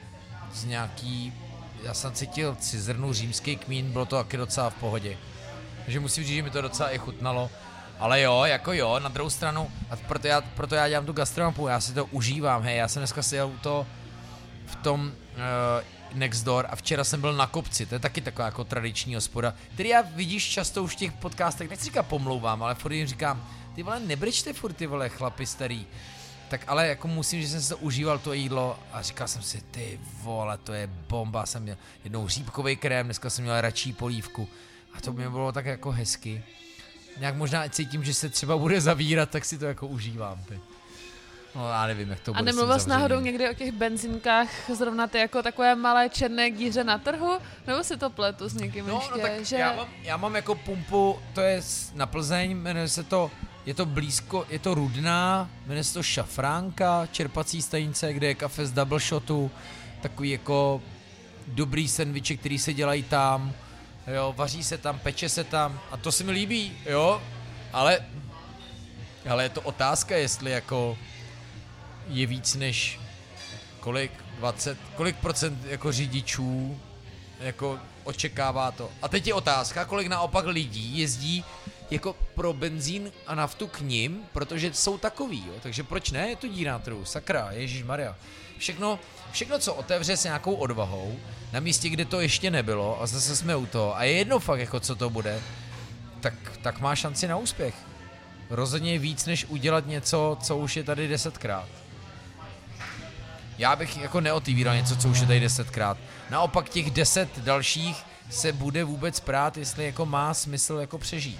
z nějaký, já jsem cítil cizrnu, římský kmín, bylo to taky docela v pohodě. Takže musím říct, že mi to docela i chutnalo. Ale jo, jako jo, na druhou stranu, a proto já, proto já dělám tu gastromapu, já si to užívám, hej, já jsem dneska sjel to v tom uh, Next Door a včera jsem byl na Kopci, to je taky taková jako tradiční hospoda, který já vidíš často už v těch podcastech, nechci říkat pomlouvám, ale furt jim říkám, ty vole, nebrečte furt ty vole chlapi starý. Tak ale jako musím, že jsem si to užíval to jídlo a říkal jsem si, ty vole, to je bomba, jsem měl jednou hříbkovej krém, dneska jsem měl račí polívku a to mě bylo tak jako hezky. Nějak možná cítím, že se třeba bude zavírat, tak si to jako užívám. Ty. No já nevím, jak to bude. A nemluvil jsi náhodou někdy o těch benzinkách zrovna ty jako takové malé černé díře na trhu? Nebo si to pletu s někým no, ještě? No tak že... já, mám, já mám jako pumpu, to je na Plzeň, jmenuje se to, je to blízko, je to Rudná, jmenuje se to Šafránka, čerpací stanice, kde je kafe z double shotu, takový jako dobrý sendviče, který se dělají tam. Jo, vaří se tam, peče se tam a to se mi líbí, jo, ale, ale je to otázka, jestli jako je víc než kolik, dvacet, kolik procent jako řidičů jako očekává to. A teď je otázka, kolik naopak lidí jezdí jako pro benzín a naftu k nim, protože jsou takový, jo, takže proč ne, je to díra na trhu, sakra, ježišmarja. Všechno, všechno, co otevře s nějakou odvahou, na místě, kde to ještě nebylo a zase jsme u toho a je jedno fakt, jako co to bude, tak, tak má šanci na úspěch. Rozhodně víc, než udělat něco, co už je tady desetkrát. Já bych jako neotevíral něco, co už je tady desetkrát. Naopak těch deset dalších se bude vůbec prát, jestli jako má smysl jako přežít.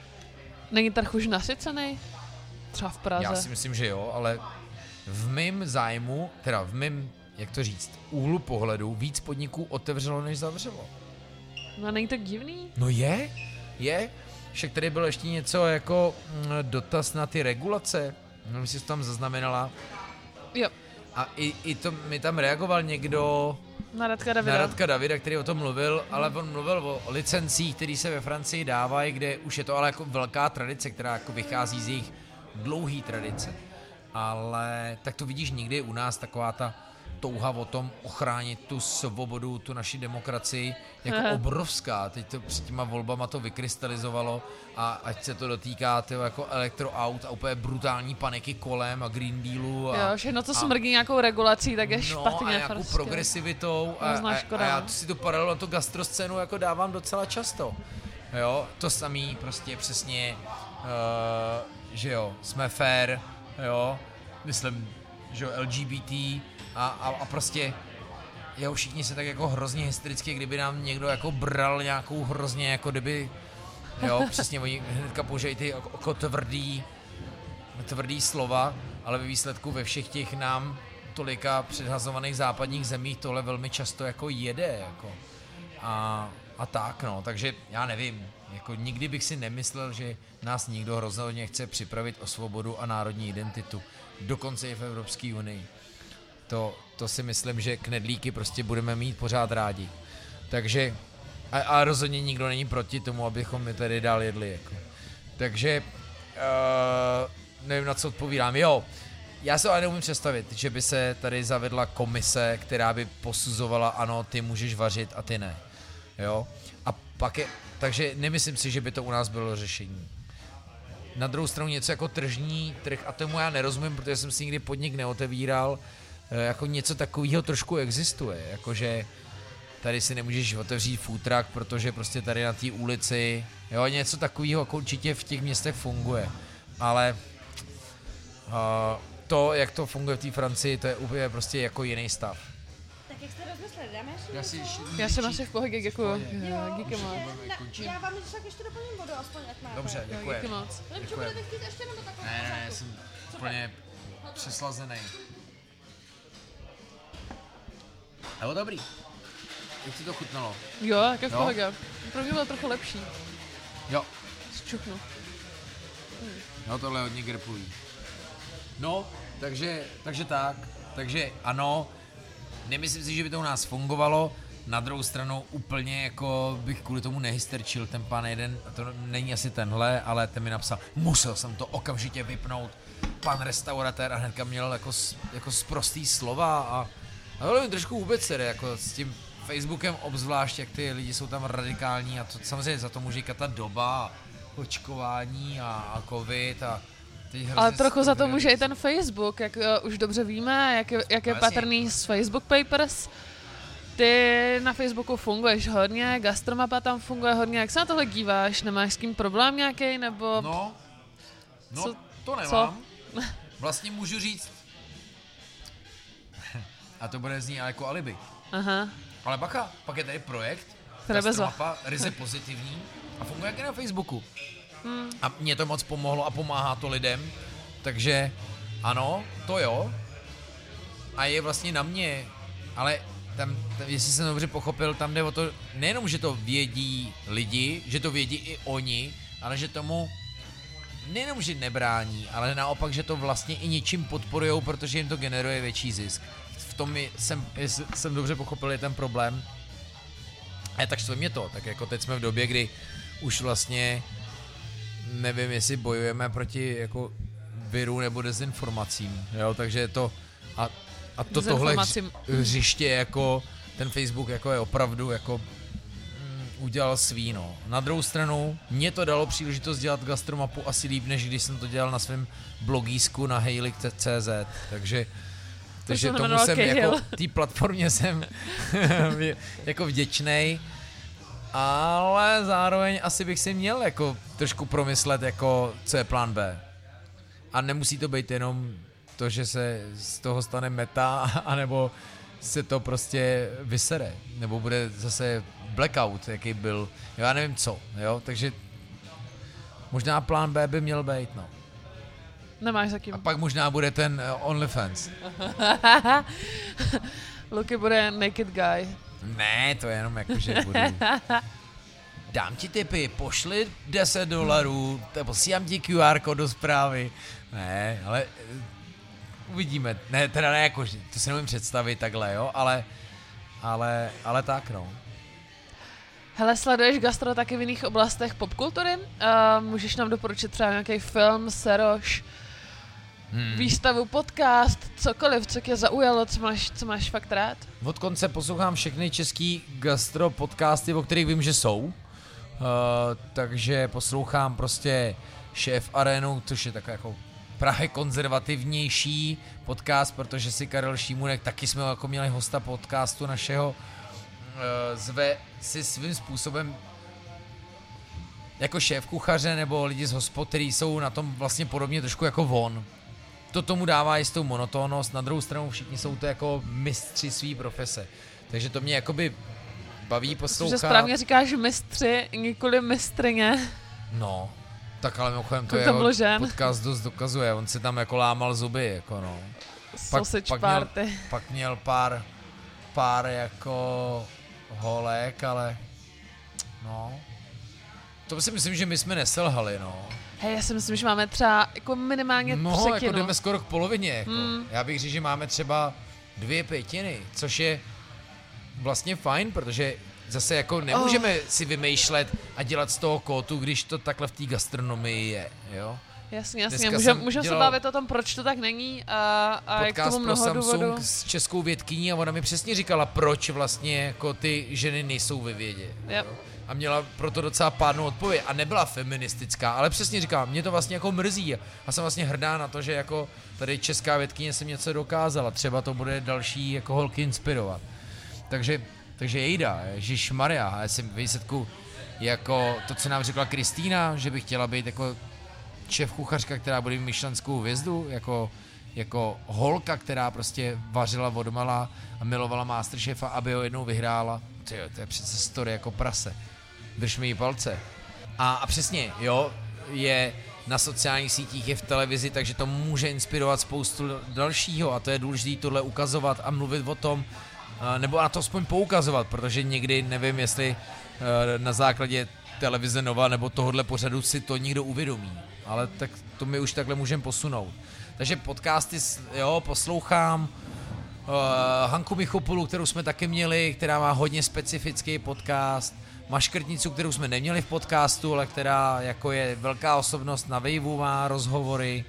Není trh už nasycený? Třeba v Praze. Já si myslím, že jo, ale v mém zájmu, teda v mém, jak to říct, úhlu pohledu víc podniků otevřelo, než zavřelo. No není to divný? No je, je. Však tady bylo ještě něco jako mm, dotaz na ty regulace. No, jsi to tam zaznamenala. Jo. A i, i to mi tam reagoval někdo na Radka Davida. Na Radka Davida, který o tom mluvil, ale on mluvil o licencích, které se ve Francii dávají, kde už je to ale jako velká tradice, která jako vychází z jejich dlouhý tradice. Ale tak to vidíš někdy u nás, taková ta touha o tom ochránit tu svobodu, tu naši demokracii, jako Aha. obrovská. Teď to před těma volbama to vykrystalizovalo a ať se to dotýká tyho, jako elektroaut a úplně brutální paniky kolem a Green Dealu. A, jo, všechno, co smrdí nějakou regulací, tak je no, špatně. A nějakou prostě. progresivitou a, a, a já si to paralelu na tu gastroscénu jako dávám docela často. Jo, to samý prostě přesně, uh, že jo, jsme fair, jo, myslím, že jo, L G B T a, a, a prostě jo, všichni se tak jako hrozně hystericky, kdyby nám někdo jako bral nějakou hrozně, jako kdyby, jo, přesně oni hnedka použijí ty jako tvrdý, tvrdý slova, ale ve výsledku ve všech těch nám tolika předhazovaných západních zemích tohle velmi často jako jede, jako a, a tak no, takže já nevím, jako nikdy bych si nemyslel, že nás nikdo hrozně chce připravit o svobodu a národní identitu, dokonce i v Evropské unii. To, to si myslím, že knedlíky prostě budeme mít pořád rádi. Takže, a, a rozhodně nikdo není proti tomu, abychom my tady dál jedli, jako. Takže, uh, nevím, na co odpovídám. Jo, já se ale neumím představit, že by se tady zavedla komise, která by posuzovala, ano, ty můžeš vařit a ty ne. Jo, a pak je, takže nemyslím si, že by to u nás bylo řešení. Na druhou stranu něco jako tržní trh, a tomu já nerozumím, protože jsem si nikdy podnik neotevíral, jako něco takového trošku existuje, jakože tady si nemůžeš otevřít food truck, protože prostě tady na té ulici, jo, něco takového jako určitě v těch městech funguje, ale uh, to, jak to funguje v té Francii, to je úplně prostě jako jiný stav. Tak jak jste rozmysleli, dáme ještě Já, si, já jsem asi v pohodě, děkuju. Díky moc. Já vám tak ještě doplním vodu, aspoň jak máte. Dobře, děkuji. Díky moc. Lepší budete chtít ještě nebo takové? Ne, ne, ne, jsem úplně přeslazený. Jo, dobrý. Jak ti to chutnalo? Jo, jako v Jo? pohodě. Pro mě bylo trochu lepší. Jo. Zčuchnu. No tohle je hodně grpulý. No, takže, takže tak, takže ano, nemyslím si, že by to u nás fungovalo, na druhou stranu úplně jako bych kvůli tomu nehysterčil, ten pán jeden, to není asi tenhle, ale ten mi napsal, musel jsem to okamžitě vypnout, pan restauratér a hnedka měl jako, jako sprostý slova a, a bylo mi trošku vůbec sere, jako s tím Facebookem obzvlášť, jak ty lidi jsou tam radikální a to samozřejmě za to může ta doba, očkování a, a covid a ale trochu za to může i ten Facebook, jak uh, už dobře víme, jak je, jak je no, patrný z Facebook Papers. Ty na Facebooku funguješ hodně, Gastromapa tam funguje hodně, jak se na tohle díváš? Nemáš s tím problém nějaký nebo... No, no co, to nemám. Co? Vlastně můžu říct, a to bude znít jako alibi. Aha. Ale bacha, pak je tady projekt, Které Gastromapa, ryze pozitivní a funguje jak i na Facebooku. Hmm. A mě to moc pomohlo a pomáhá to lidem, takže ano, to jo. A je vlastně na mě, ale tam, tam, jestli jsem dobře pochopil, tam jde o to, nejenom, že to vědí lidi, že to vědí i oni, ale že tomu nejenom, že nebrání, ale naopak, že to vlastně i něčím podporujou, protože jim to generuje větší zisk. V tom je, jsem, jestli jsem dobře pochopil, je ten problém. A tak štve mě to, tak jako teď jsme v době, kdy už vlastně nevím, jestli bojujeme proti jako viru nebo dezinformacím, jo, takže je to a, a to tohle hři, hřiště jako ten Facebook jako je opravdu jako mm, udělal svý, no. Na druhou stranu mě to dalo příležitost dělat gastromapu asi líp, než když jsem to dělal na svém blogísku na hejlik tečka cé zet, takže takže tomu jsem jako té platformě jsem jako vděčnej. Ale zároveň asi bych si měl jako trošku promyslet, jako co je plán B. A nemusí to být jenom to, že se z toho stane meta, anebo se to prostě vysere, nebo bude zase blackout, jaký byl, já nevím co, jo, takže možná plán B by měl být, no. Nemáš za kým. A pak možná bude ten uh, OnlyFans. Luky bude naked guy. Ne, to je jenom jako, že budu... Dám ti tipy, pošli deset dolarů, posílám ti Q R kód do zprávy. Ne, ale uvidíme. Ne, teda ne, jako, to si nemůžu představit takhle, jo, ale, ale, ale tak, no. Hele, sleduješ gastro taky v jiných oblastech popkultury? Uh, můžeš nám doporučit třeba nějaký film, seroš, hmm. výstavu, podcast, cokoliv, co tě zaujalo, co máš, co máš fakt rád? Od konce poslouchám všechny český gastro podcasty, o kterých vím, že jsou. Uh, takže poslouchám prostě Šéf Arénu, což je takový jako právě konzervativnější podcast, protože si Karel Šímunek, taky jsme jako měli hosta podcastu našeho, uh, zve si svým způsobem jako šéf kuchaře nebo lidi z hospod, který jsou na tom vlastně podobně trošku jako on. To tomu dává jistou monotónnost, na druhou stranu všichni jsou to jako mistři svý profese. Takže to mě jakoby baví poslouchat. Že správně říkáš mistři, nikoli mistryně. No, tak ale mimochodem to je podcast dost dokazuje, on si tam jako lámal zuby, jako no. Sausage pak, party. Měl, pak měl pár, pár jako holek, ale no. To si myslím, že my jsme neselhali, no. Hej, já si myslím, že máme třeba jako minimálně no, třetinu. No, jako jdeme skoro k polovině, jako. Hmm. Já bych říct, že máme třeba dvě pětiny, což je vlastně fajn, protože zase jako nemůžeme oh. si vymýšlet a dělat z toho kótu, když to takhle v té gastronomii je, jo. Jasně, jasně, můžeme můžem se bavit o tom, proč to tak není a, a jak tomu mnoho pro Samsung důvodů. S českou vědkyní a ona mi přesně říkala, proč vlastně jako ty ženy nejsou ve vědě. Yep. A měla proto docela pádnou odpověď a nebyla feministická, ale přesně říkala, mě to vlastně jako mrzí a jsem vlastně hrdá na to, že jako tady česká vědkyně jsem něco dokázala, třeba to bude další jako holky inspirovat. Takže, takže jejda, ježišmarja, a já jsem výsledku jako to, co nám řekla Kristýna, že by chtěla být jako šéf kuchařka, která bude mít michelenskou hvězdu, jako, jako holka, která prostě vařila odmala a milovala Masterchefa, aby ho jednou vyhrála. Tyjo, to je přece story jako prase. Drž mi jí palce. A, a přesně, jo, je na sociálních sítích, je v televizi, takže to může inspirovat spoustu dalšího a to je důležité tohle ukazovat a mluvit o tom, nebo na to aspoň poukazovat, protože někdy nevím, jestli na základě televize Nova nebo tohohle pořadu si to někdo uvědomí, ale tak to my už takhle můžeme posunout. Takže podcasty, jo, poslouchám, uh, Hanku Michopulu, kterou jsme taky měli, která má hodně specifický podcast, Maškrtnicu, kterou jsme neměli v podcastu, ale která jako je velká osobnost na Waveu, má rozhovory.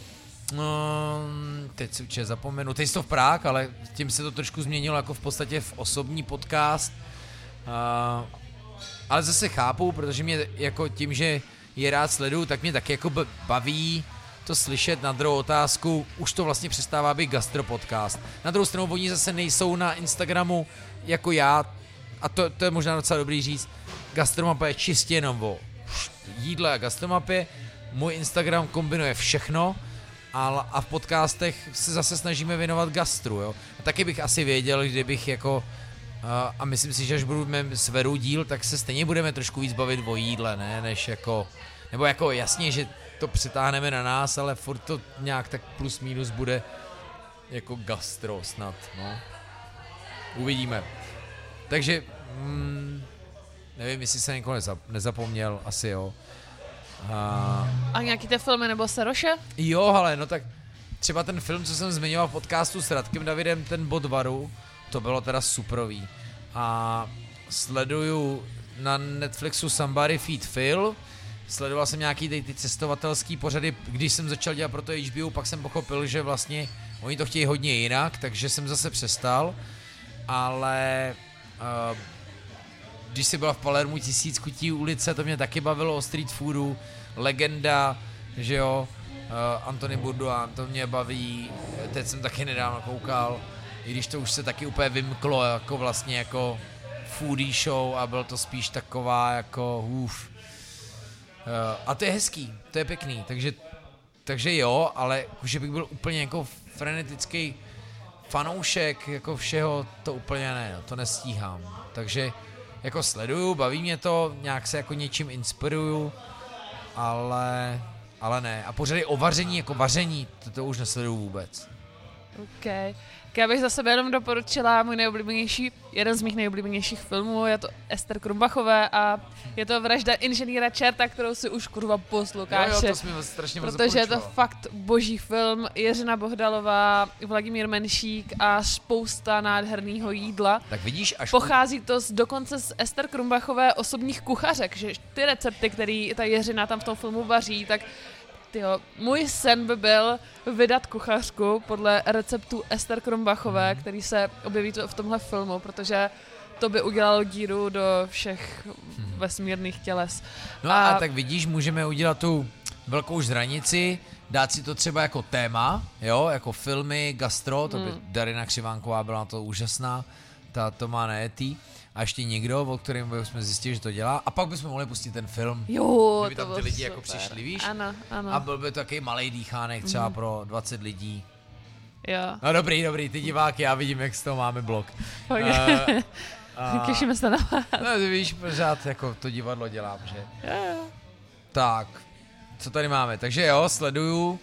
Um, teď si určitě zapomenu, teď to v Prák, ale tím se to trošku změnilo jako v podstatě v osobní podcast. Uh, ale zase chápu, protože mě jako tím, že je rád sleduju, tak mě taky jako baví to slyšet. Na druhou otázku, už to vlastně přestává být gastropodcast. Na druhou stranu oni zase nejsou na Instagramu jako já, a to, to je možná docela dobrý říct, Gastromapa je čistě jenom o jídle a gastromapě, můj Instagram kombinuje všechno, ale a v podcastech se zase snažíme věnovat gastru, jo. A taky bych asi věděl, kdybych jako, a, a myslím si, že až budu s Verou díl, tak se stejně budeme trošku víc bavit o jídle, ne, než jako, nebo jako jasně, že to přitáhneme na nás, ale furt to nějak tak plus minus bude jako gastro snad, no. Uvidíme. Takže, mm, nevím, jestli se někoho nezap, nezapomněl, asi jo. A... a nějaký ty filmy nebo Seroše? Jo, ale no tak třeba ten film, co jsem zmiňoval v podcastu s Radkem Davidem, ten Bod varu, to bylo teda superový. A sleduju na Netflixu Somebody Feed Phil, sledoval jsem nějaký ty, ty cestovatelský pořady, když jsem začal dělat pro to H B O, pak jsem pochopil, že vlastně oni to chtějí hodně jinak, takže jsem zase přestal, ale uh, když jsi byla v Palermu Tisíc chutí ulice, to mě taky bavilo o street foodu, Legenda, že jo, uh, Anthony Bourdain, to mě baví, teď jsem taky nedávno koukal, i když to už se taky úplně vymklo, jako vlastně jako foodie show a byl to spíš taková jako uf. Uh, a to je hezký, to je pěkný, takže, takže jo, ale že bych byl úplně jako frenetický fanoušek jako všeho, to úplně ne, to nestíhám, takže jako sleduju, baví mě to, nějak se jako něčím inspiruju, ale, ale ne. A pořady o vaření, jako vaření, to, to už nesleduju vůbec. OK. Já bych za sebe jenom doporučila můj nejoblíbenější, jeden z mých nejoblíbenějších filmů, je to Ester Krumbachové a je to Vražda inženýra Čerta, kterou si už kurva posloucháš. Jo, jo, to jsi mi strašně moc protože je to fakt boží film, Jiřina Bohdalová, Vladimír Menšík a spousta nádherného jídla. Tak vidíš, až... Pochází to z, dokonce z Ester Krumbachové osobních kuchařek, že ty recepty, které ta Jiřina tam v tom filmu vaří, tak tyjo, můj sen by byl vydat kuchařku podle receptu Ester Krumbachové, který se objeví to v tomhle filmu, protože to by udělalo díru do všech vesmírných těles. No a, a tak vidíš, můžeme udělat tu velkou žranici, dát si to třeba jako téma, jo, jako filmy, gastro, to by hmm. Darina Křivánková byla na to úžasná, ta to má na Yeti. A ještě někdo, o kterém jsme zjistili, že to dělá. A pak bychom mohli pustit ten film. Jo, kdyby tam to ty lidi super. Jako přišli, víš? Ano, ano. A byl by to takový malej dýchánek třeba mm. pro dvacet lidí. Jo. No dobrý, dobrý, ty diváky, já vidím, jak z toho máme blok. uh, uh, Těšíme se na vás. No víš, pořád jako to divadlo dělám, že? Jo. Tak, co tady máme? Takže jo, sleduju.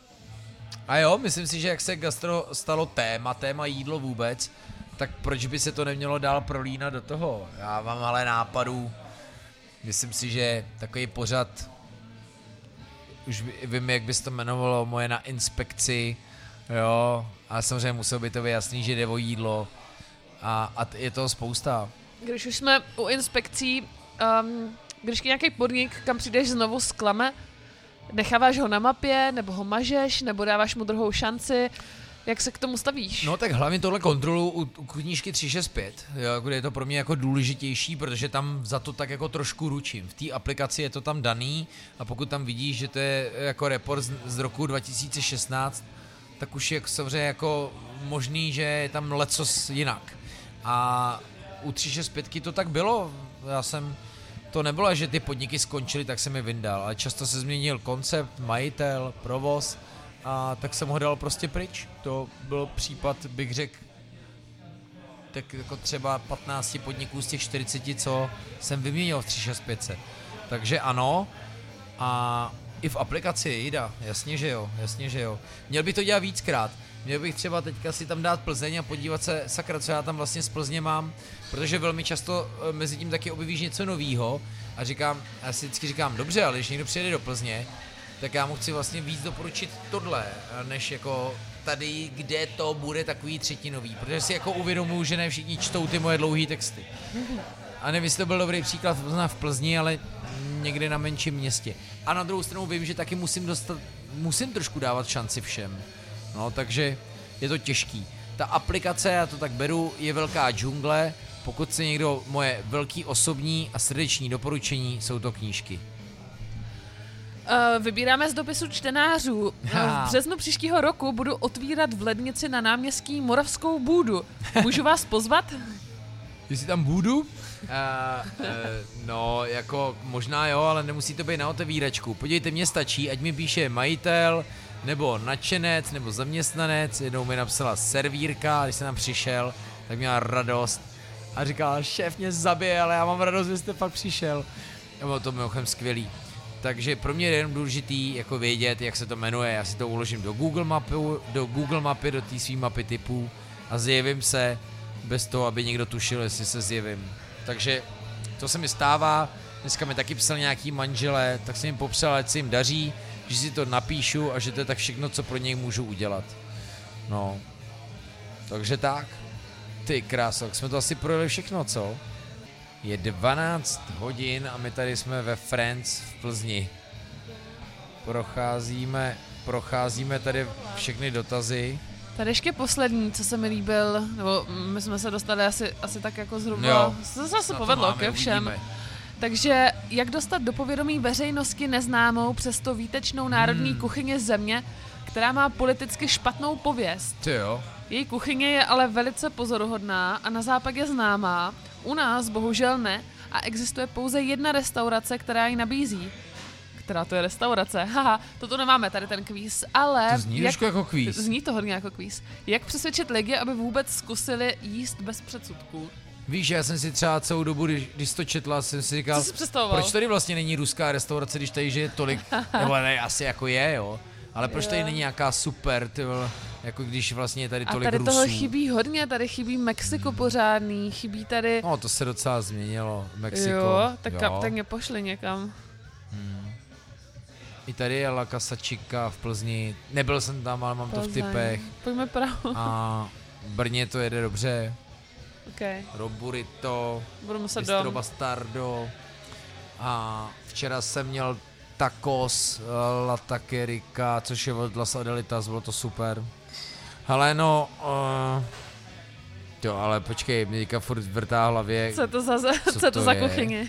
A jo, myslím si, že jak se gastro stalo téma, téma jídlo vůbec, tak proč by se to nemělo dál prolínat do toho? Já mám ale nápadů. Myslím si, že takový pořad, už vím, jak bys to jmenovalo, moje na inspekci, jo, a samozřejmě muselo by to být jasný, že jde o jídlo a, a je toho spousta. Když už jsme u inspekcí, um, když nějaký podnik, kam přijdeš znovu zklame, necháváš ho na mapě, nebo ho mažeš, nebo dáváš mu druhou šanci, jak se k tomu stavíš? No tak hlavně tohle kontrolu u, u knížky tři šest pět, jo, kde je to pro mě jako důležitější, protože tam za to tak jako trošku ručím. V té aplikaci je to tam daný a pokud tam vidíš, že to je jako report z, z roku dva tisíce šestnáct, tak už je samozřejmě jako možný, že je tam lecos jinak. A u tři šest pět to tak bylo, já jsem, to nebylo, že ty podniky skončily, tak jsem je vyndal, ale často se změnil koncept, majitel, provoz, a tak jsem ho dal prostě pryč. To byl případ, bych řekl, tak jako třeba patnáct podniků z těch čtyřiceti, co jsem vyměnil v tři šest pět. Takže ano, a i v aplikaci je jída, jasně, že jo, jasně, že jo. Měl by to dělat víckrát. Měl bych třeba teďka si tam dát Plzeň a podívat se, sakra, co já tam vlastně z Plzně mám, protože velmi často mezi tím taky objevíš něco novýho a říkám, já si vždycky říkám, dobře, ale když někdo přijede do Plzně, tak já mu chci vlastně víc doporučit tohle, než jako tady, kde to bude takový třetinový, protože si jako uvědomuji, že ne všichni čtou ty moje dlouhé texty. A nevím, jestli to byl dobrý příklad v Plzni, ale někde na menším městě. A na druhou stranu vím, že taky musím dostat, musím trošku dávat šanci všem. No, takže je to těžký. Ta aplikace, já to tak beru, je velká džungle. Pokud se někdo, moje velký osobní a srdeční doporučení jsou to knížky. Uh, vybíráme z dopisu čtenářů. Ha. V březnu příštího roku budu otvírat v Lednici na náměstí Moravskou bůdu. Můžu vás pozvat? Jestli tam budu? Uh, uh, no, jako možná jo, ale nemusí to být na otevíračku. Podívejte, mě stačí, ať mi píše majitel, nebo nadšenec, nebo zaměstnanec. Jednou mi napsala servírka, když jsem tam přišel, tak měla radost. A říkala, šéf mě zabije, ale já mám radost, že jste fakt přišel. A bylo to mimochodem skvělý. Takže pro mě je jenom důležitý jako vědět, jak se to jmenuje. Já si to uložím do Google mapu, do Google mapy, do té svý mapy typů a zjevím se bez toho, aby někdo tušil, jestli se zjevím. Takže to se mi stává. Dneska mi taky psal nějaký manželé, tak jsem jim popsal, ať se jim daří, že si to napíšu a že to je tak všechno, co pro něj můžu udělat. No. Takže tak. Ty kráso, jsme to asi projeli všechno, co? Je dvanáct hodin a my tady jsme ve Friends v Plzni. Procházíme, procházíme tady všechny dotazy. Tady ještě poslední, co se mi líbil, nebo my jsme se dostali asi, asi tak jako zhruba, jo, to se asi povedlo ke všem. Uvidíme. Takže jak dostat do povědomí veřejnosti neznámou, přesto výtečnou národní hmm. kuchyni země, která má politicky špatnou pověst. Ty jo. Její kuchyně je ale velice pozoruhodná a na západě známá, u nás bohužel ne a existuje pouze jedna restaurace, která ji nabízí. Která to je restaurace? Haha, toto nemáme tady ten kvíz, ale... To zní jak, jako kvíz. Zní to hodně jako kvíz. Jak přesvědčit lidi, aby vůbec zkusili jíst bez předsudků? Víš, já jsem si třeba celou dobu, když, když to četla, jsem si říkal, co jsi představoval? Proč tady vlastně není ruská restaurace, když tady je tolik, nebo ne, asi jako je, jo, ale proč tady není nějaká super, ty vole, jako když vlastně je tady tolik Rusů. A tady Rusů. toho chybí hodně, tady chybí Mexiko hmm. pořádný, chybí tady... No, to se docela změnilo, Mexiko. Jo, tak, jo. Kam, tak mě pošli někam. Hmm. I tady je La Casa Chica v Plzni, nebyl jsem tam, ale mám Plzeň. To v tipech. Pojďme Prahu. A v Brně to jede dobře. Okay. Roburito, Bistro dom. Bastardo. A včera jsem měl tacos La Taquerica, což je od Las Adelitas, bylo to super. Hele no, uh, jo, ale počkej, mě teďka furt vrtá hlavě. Co je to za, co co to za kuchyně?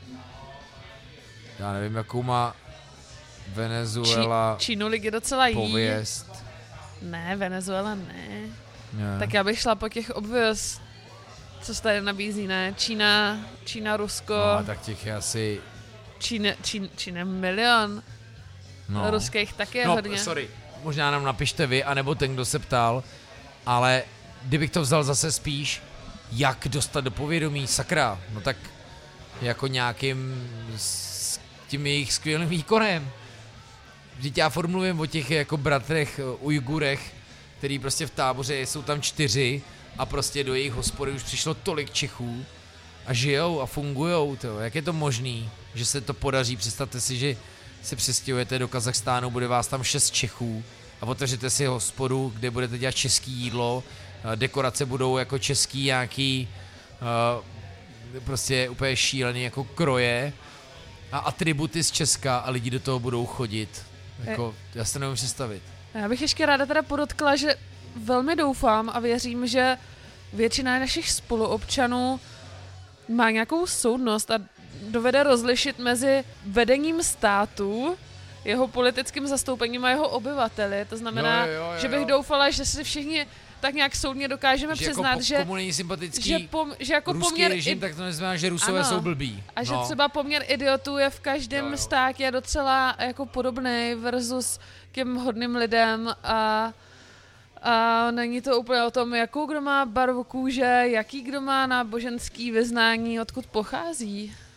Já nevím, jakou má Venezuela Čí, Čínu lidi docela jí. Pověst. Ne, Venezuela ne. ne. Tak já bych šla po těch obvious, co se tady nabízí, ne? Čína, Čína, Rusko. No, tak těch je asi... Číne, Čín, Číne milion. No. Ruských taky je no, hodně. sorry, možná nám napište vy, anebo ten, kdo se ptal, ale kdybych to vzal zase spíš, jak dostat do povědomí, sakra, no tak jako nějakým s tím jejich skvělým výkonem. Vždyť já furt mluvím o těch jako bratrech Ujgurech, který prostě v táboře jsou tam čtyři a prostě do jejich hospody už přišlo tolik Čechů a žijou a fungujou, to. Jak je to možný, že se to podaří? Představte si, že se přestěhujete do Kazachstánu, bude vás tam šest Čechů a otevřete si hospodu, kde budete dělat český jídlo, dekorace budou jako český nějaký uh, prostě úplně šílený jako kroje a atributy z Česka a lidi do toho budou chodit. Jako, já se nevím představit. Já bych ještě ráda teda podotkla, že velmi doufám a věřím, že většina našich spoluobčanů má nějakou soudnost a dovede rozlišit mezi vedením státu, jeho politickým zastoupením a jeho obyvateli. To znamená, jo, jo, jo, že bych jo. doufala, že si všichni tak nějak soudně dokážeme že přiznat, jako že, komu není sympatický že, pom, že jako ruský poměr režim, i, tak to neznamená, že Rusové ano, jsou blbí. A že no. třeba poměr idiotů je v každém jo, jo. státě docela jako podobný versus těm hodným lidem a A není to úplně o tom, jakou kdo má barvu kůže, jaký kdo má náboženský vyznání, odkud pochází.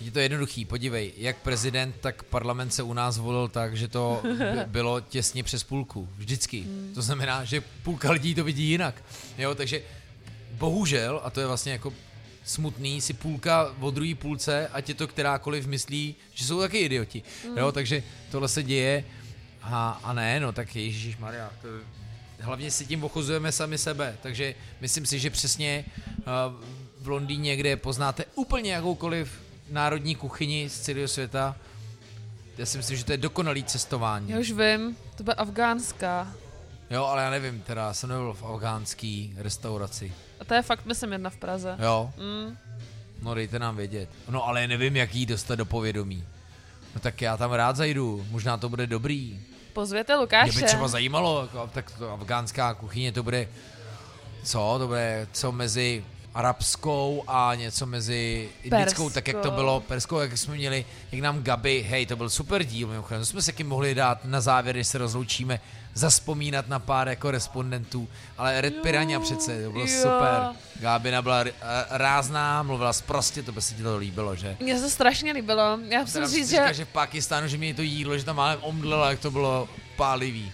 Je to jednoduchý, podívej, jak prezident, tak parlament se u nás volil tak, že to by bylo těsně přes půlku, vždycky. Hmm. To znamená, že půlka lidí to vidí jinak, jo, takže bohužel, a to je vlastně jako smutný, si půlka o druhý půlce, ať je to kterákoliv myslí, že jsou taky idioti, hmm. jo, takže tohle se děje a, a ne, no tak ježišmarja, to hlavně si tím ochuzujeme sami sebe, takže myslím si, že přesně uh, v Londýně, kde poznáte úplně jakoukoliv národní kuchyni z celého světa, já si myslím, že to je dokonalý cestování. Já už vím, to bude afgánská. Jo, ale já nevím, teda já jsem nebyl v afgánský restauraci. A to je fakt, myslím, jedna v Praze. Jo? Mm. No dejte nám vědět. No ale nevím, jak jí dostat do povědomí. No tak já tam rád zajdu, možná to bude dobrý. Pozvěte Lukáše. Mě by třeba zajímalo, jako, tak to afgánská kuchyně to bude, co, to bude co mezi arabskou a něco mezi indickou, tak jak to bylo, perskou, jak jsme měli, jak nám Gabi, hej, to byl super díl, mimochodem, to jsme se kým mohli dát na závěr, když se rozloučíme, zaspomínat na pár jako respondentů, ale Red Piranha přece, to bylo jo. super. Gábina byla rázná, mluvila sprostě, to by se ti to líbilo, že? Mně se to strašně líbilo, já musím říct, že... Říká, že v Pakistánu, že mě to jídlo, že tam málem omdlela, jak to bylo pálivý.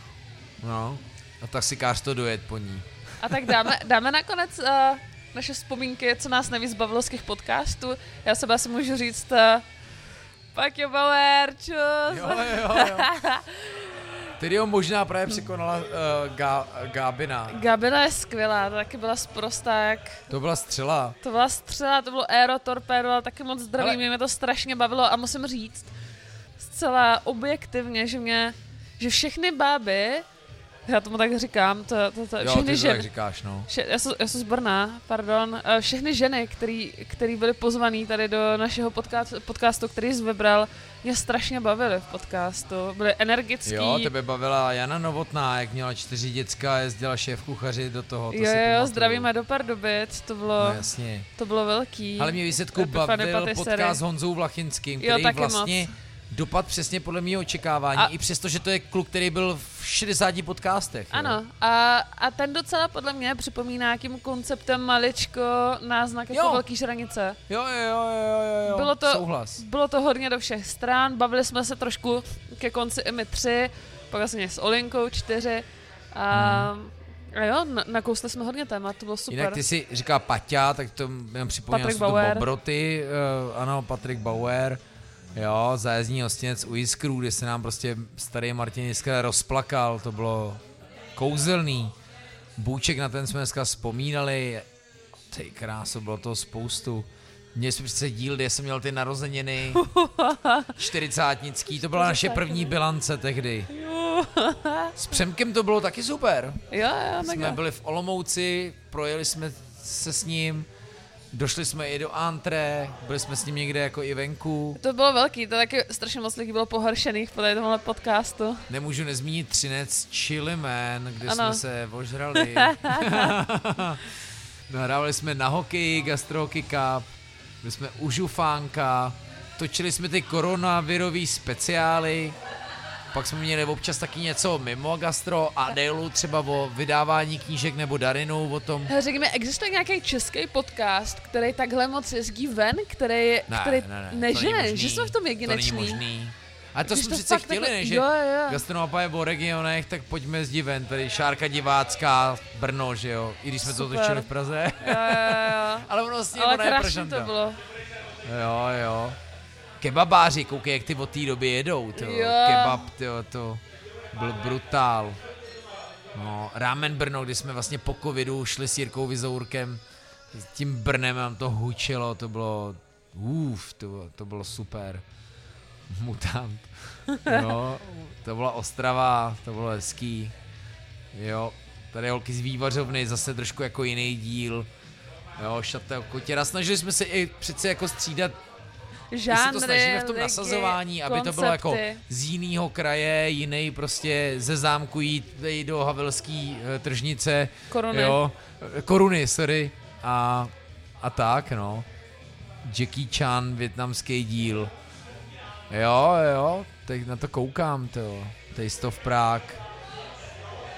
No, a taxikář to dojet po ní. A tak dáme, dáme nakonec uh, naše vzpomínky, co nás nejvíc bavilo z těch podcastů. Já sebe asi můžu říct, uh, Pak jo Bauer, čus. Jo, jo, jo. Tedy ho možná právě překonala uh, Gá, Gábina. Gábina je skvělá, to taky byla sprostá, jak... To byla střela. To byla střela, to bylo Aero Torpedo, ale taky moc zdravý, ale... mě to strašně bavilo a musím říct zcela objektivně, že mě, že všechny báby, já tomu tak říkám, to, to, to, jo, všechny ty to ženy, tak říkáš, no. Vše, já, jsem, já jsem z Brna, pardon, všechny ženy, který, který byly pozvaný tady do našeho podcastu, podcastu, který jsi vybral, mě strašně bavily v podcastu, byly energický. Jo, tebe bavila Jana Novotná, jak měla čtyři děcka a jezdila šéf kuchaři do toho, to jo, si jo, zdravíme do Pardubic, to bylo, no, jasně. To bylo velký. Ale mě výsledku bavil podcast s Honzou Vlachinským, který jo, vlastně moc. Dopad přesně podle mého očekávání, a... i přesto, že to je kluk, který byl v šedesáti podcastech. Ano, a, a ten docela podle mě připomíná jakým konceptem maličko náznak jako velký žranice. Jo, jo, jo, jo, jo, bylo to, souhlas. Bylo to hodně do všech stran, bavili jsme se trošku ke konci i my tři, pak vlastně s Olinkou čtyři a... Hmm. A jo, nakousli jsme hodně témat, to bylo super. Jinak ty si říká Paťa, tak to jenom připomněl jsou to Bobroty, uh, ano, Patrik Bauer. Jo, zájezdní hostinec u Jiskru, kde se nám prostě starý Martin Jiskra rozplakal, to bylo kouzelný. Bůček, na ten jsme dneska vzpomínali, ty kráso, bylo toho spoustu. Měli jsme přece díl, kde jsem měl ty narozeniny, čtyřicátnický, to byla naše první bilance tehdy. S Přemkem to bylo taky super. Jo, jo, jsme byli v Olomouci, projeli jsme se s ním, došli jsme i do antré, byli jsme s ním někde jako i venku. To bylo velký, to taky strašně moc lidí bylo pohoršených po tady tomhle podcastu. Nemůžu nezmínit Třinec Chili Man, kde ano. jsme se ožrali. Nahrávali jsme na hokej, Gastro Hockey Cup, byli jsme u Žufánka, točili jsme ty koronavirový speciály, pak jsme měli občas taky něco mimo gastro a Dailu třeba o vydávání knížek nebo Darinu o tom. Řekněme, existuje nějaký český podcast, který takhle moc jezdí ven, který, ne, který ne, ne, nežene, že jsme v tom jedineční. To není možný. A to jsme přece chtěli, takhle, ne, že Gastronapa je o regionech, tak pojďme jezdit ven, tady Šárka divácká, Brno, že jo, i když jsme Super. to točili v Praze. Jo, jo, jo. Ale ono vlastně Ale ona je Pražanka. to bylo. Jo, jo. Kebabáři, koukej, jak ty od té doby jedou, to kebab, tyjo, to byl brutál. No, Rámen Brno, kdy jsme vlastně po covidu šli s Jirkou Vizourkem, s tím Brnem nám to hučilo, to bylo, uf, to, to bylo super. Mutant. Jo, to byla Ostrava, to bylo hezký. Jo, tady holky z Vývařovny, zase trošku jako jiný díl. Jo, Šatel Kotěra, snažili jsme se i přece jako střídat. Žánry, my se to snažíme v tom lidi, nasazování, aby koncepty. To bylo jako z jinýho kraje, jiný prostě ze zámku jít do Havelský e, tržnice. Koruny. Jo, koruny, sorry. A, a tak, no. Jackie Chan, vietnamský díl. Jo, jo, teď na to koukám, to. Taste of Prague.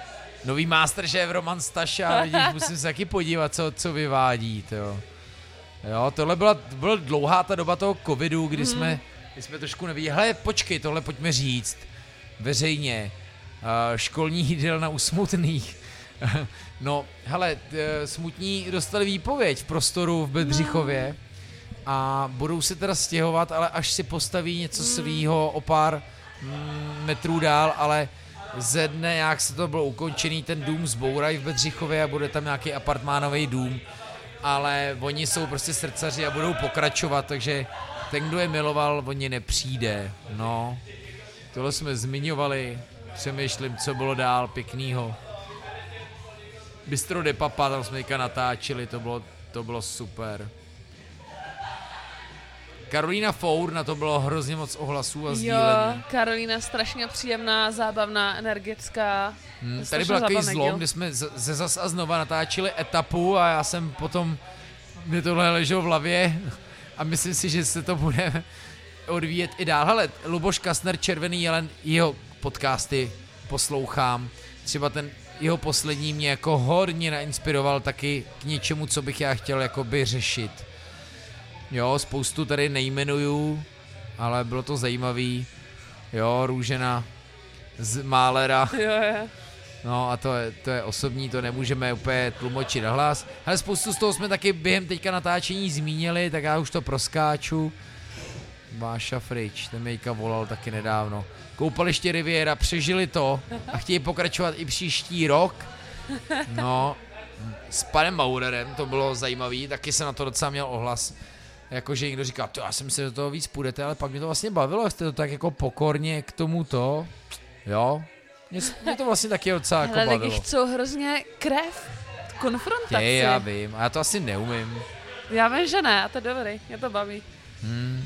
Nový Masterchef Roman Staša, vidíš, musím se taky podívat, co, co vyvádí, to. Jo, tohle byla, byla dlouhá ta doba toho covidu, kdy, Mhm. jsme, kdy jsme trošku nevěděli, hele, počkej, tohle pojďme říct veřejně, uh, školní jídelna u smutných. No, hele, t- smutní dostali výpověď v prostoru v Bedřichově a budou se teda stěhovat, ale až si postaví něco svýho o pár mm, metrů dál, ale ze dne, jak se to bylo ukončený, ten dům zbourají v Bedřichově a bude tam nějaký apartmánový dům, ale oni jsou prostě srdcaři a budou pokračovat, takže ten, kdo je miloval, oni nepřijde, no. Tohle jsme zmiňovali, přemýšlím, co bylo dál pěknýho. Bistro de Papa, tam jsme teďka natáčeli, to bylo, to bylo super. Karolína Four, na to bylo hrozně moc ohlasů a Jo, sdílení. Karolína strašně příjemná, zábavná, energická. Hmm, tady strašně byl takový zábavný zlom, díl. kde jsme z- ze zas a znova natáčeli etapu a já jsem potom, mě tohle leželo v hlavě a myslím si, že se to bude odvíjet i dál. Hele, Luboš Kastner, Červený jelen, jeho podcasty poslouchám. Třeba ten jeho poslední mě jako hodně nainspiroval taky k něčemu, co bych já chtěl jakoby řešit. Jo, spoustu tady nejmenuju, ale bylo to zajímavý. Jo, Růžena z Málera. Jo, jo. No a to je, to je osobní, to nemůžeme úplně tlumočit na hlas. Ale spoustu z toho jsme taky během teďka natáčení zmínili, tak já už to proskáču. Váša Frič, ten Mejka volal taky nedávno. Koupaliště Riviera, přežili to a chtějí pokračovat i příští rok. No, s panem Maurerem, to bylo zajímavý, taky jsem na to docela měl ohlas. Jakože někdo říká, to já jsem si do toho víc půjdete, ale pak mě to vlastně bavilo, jak jste to tak jako pokorně k tomuto, jo. Mě, mě to vlastně taky docela jako Hele, taky bavilo. chcou hrozně krev, konfrontaci. Tě, já vím, a já to asi neumím. Já vím, že ne, a to je dobrý, mě to baví. Hmm.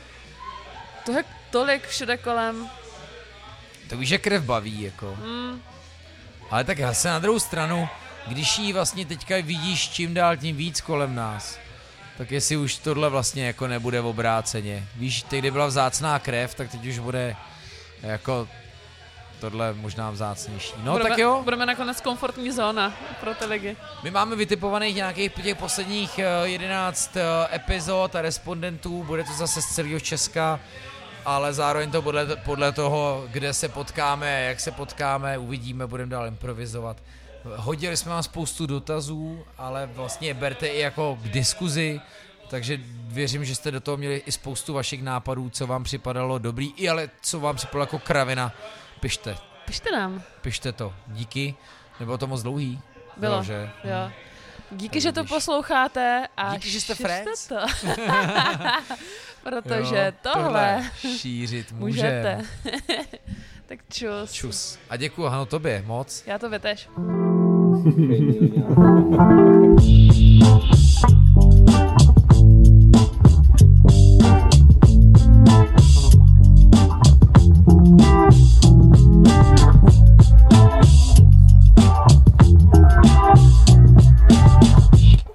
To je tolik všude kolem. To víš, že krev baví, jako. Mm, Ale tak zase na druhou stranu, když jí vlastně teďka vidíš čím dál tím víc kolem nás, tak jestli už tohle vlastně jako nebude v obráceně. Víš, teď kdy byla vzácná krev, tak teď už bude jako tohle možná vzácnější. No budeme, tak jo, Budeme nakonec komfortní zóna pro ty lidi. my máme vytipovaných nějakých těch posledních eh, jedenáct eh, epizod a respondentů, bude to zase z celého Česka, ale zároveň to podle, podle toho, kde se potkáme, jak se potkáme, uvidíme, budeme dál improvizovat. Hodili jsme vám spoustu dotazů, ale vlastně je berte i jako k diskuzi, takže věřím, že jste do toho měli i spoustu vašich nápadů, co vám připadalo dobrý, i ale co vám připadalo jako kravina. Pište, Pište nám. pište to. Díky. Nebylo to moc dlouhý. Bylo, Jo, že? jo. Díky, Tak že to vidíš. posloucháte a Díky, že jste šiřte friends. to. Protože Jo, tohle šířit můžete. můžeme. Tak čus. Čus. A děkuji, Hano, tobě moc. Já to věteš. Fake news, you know.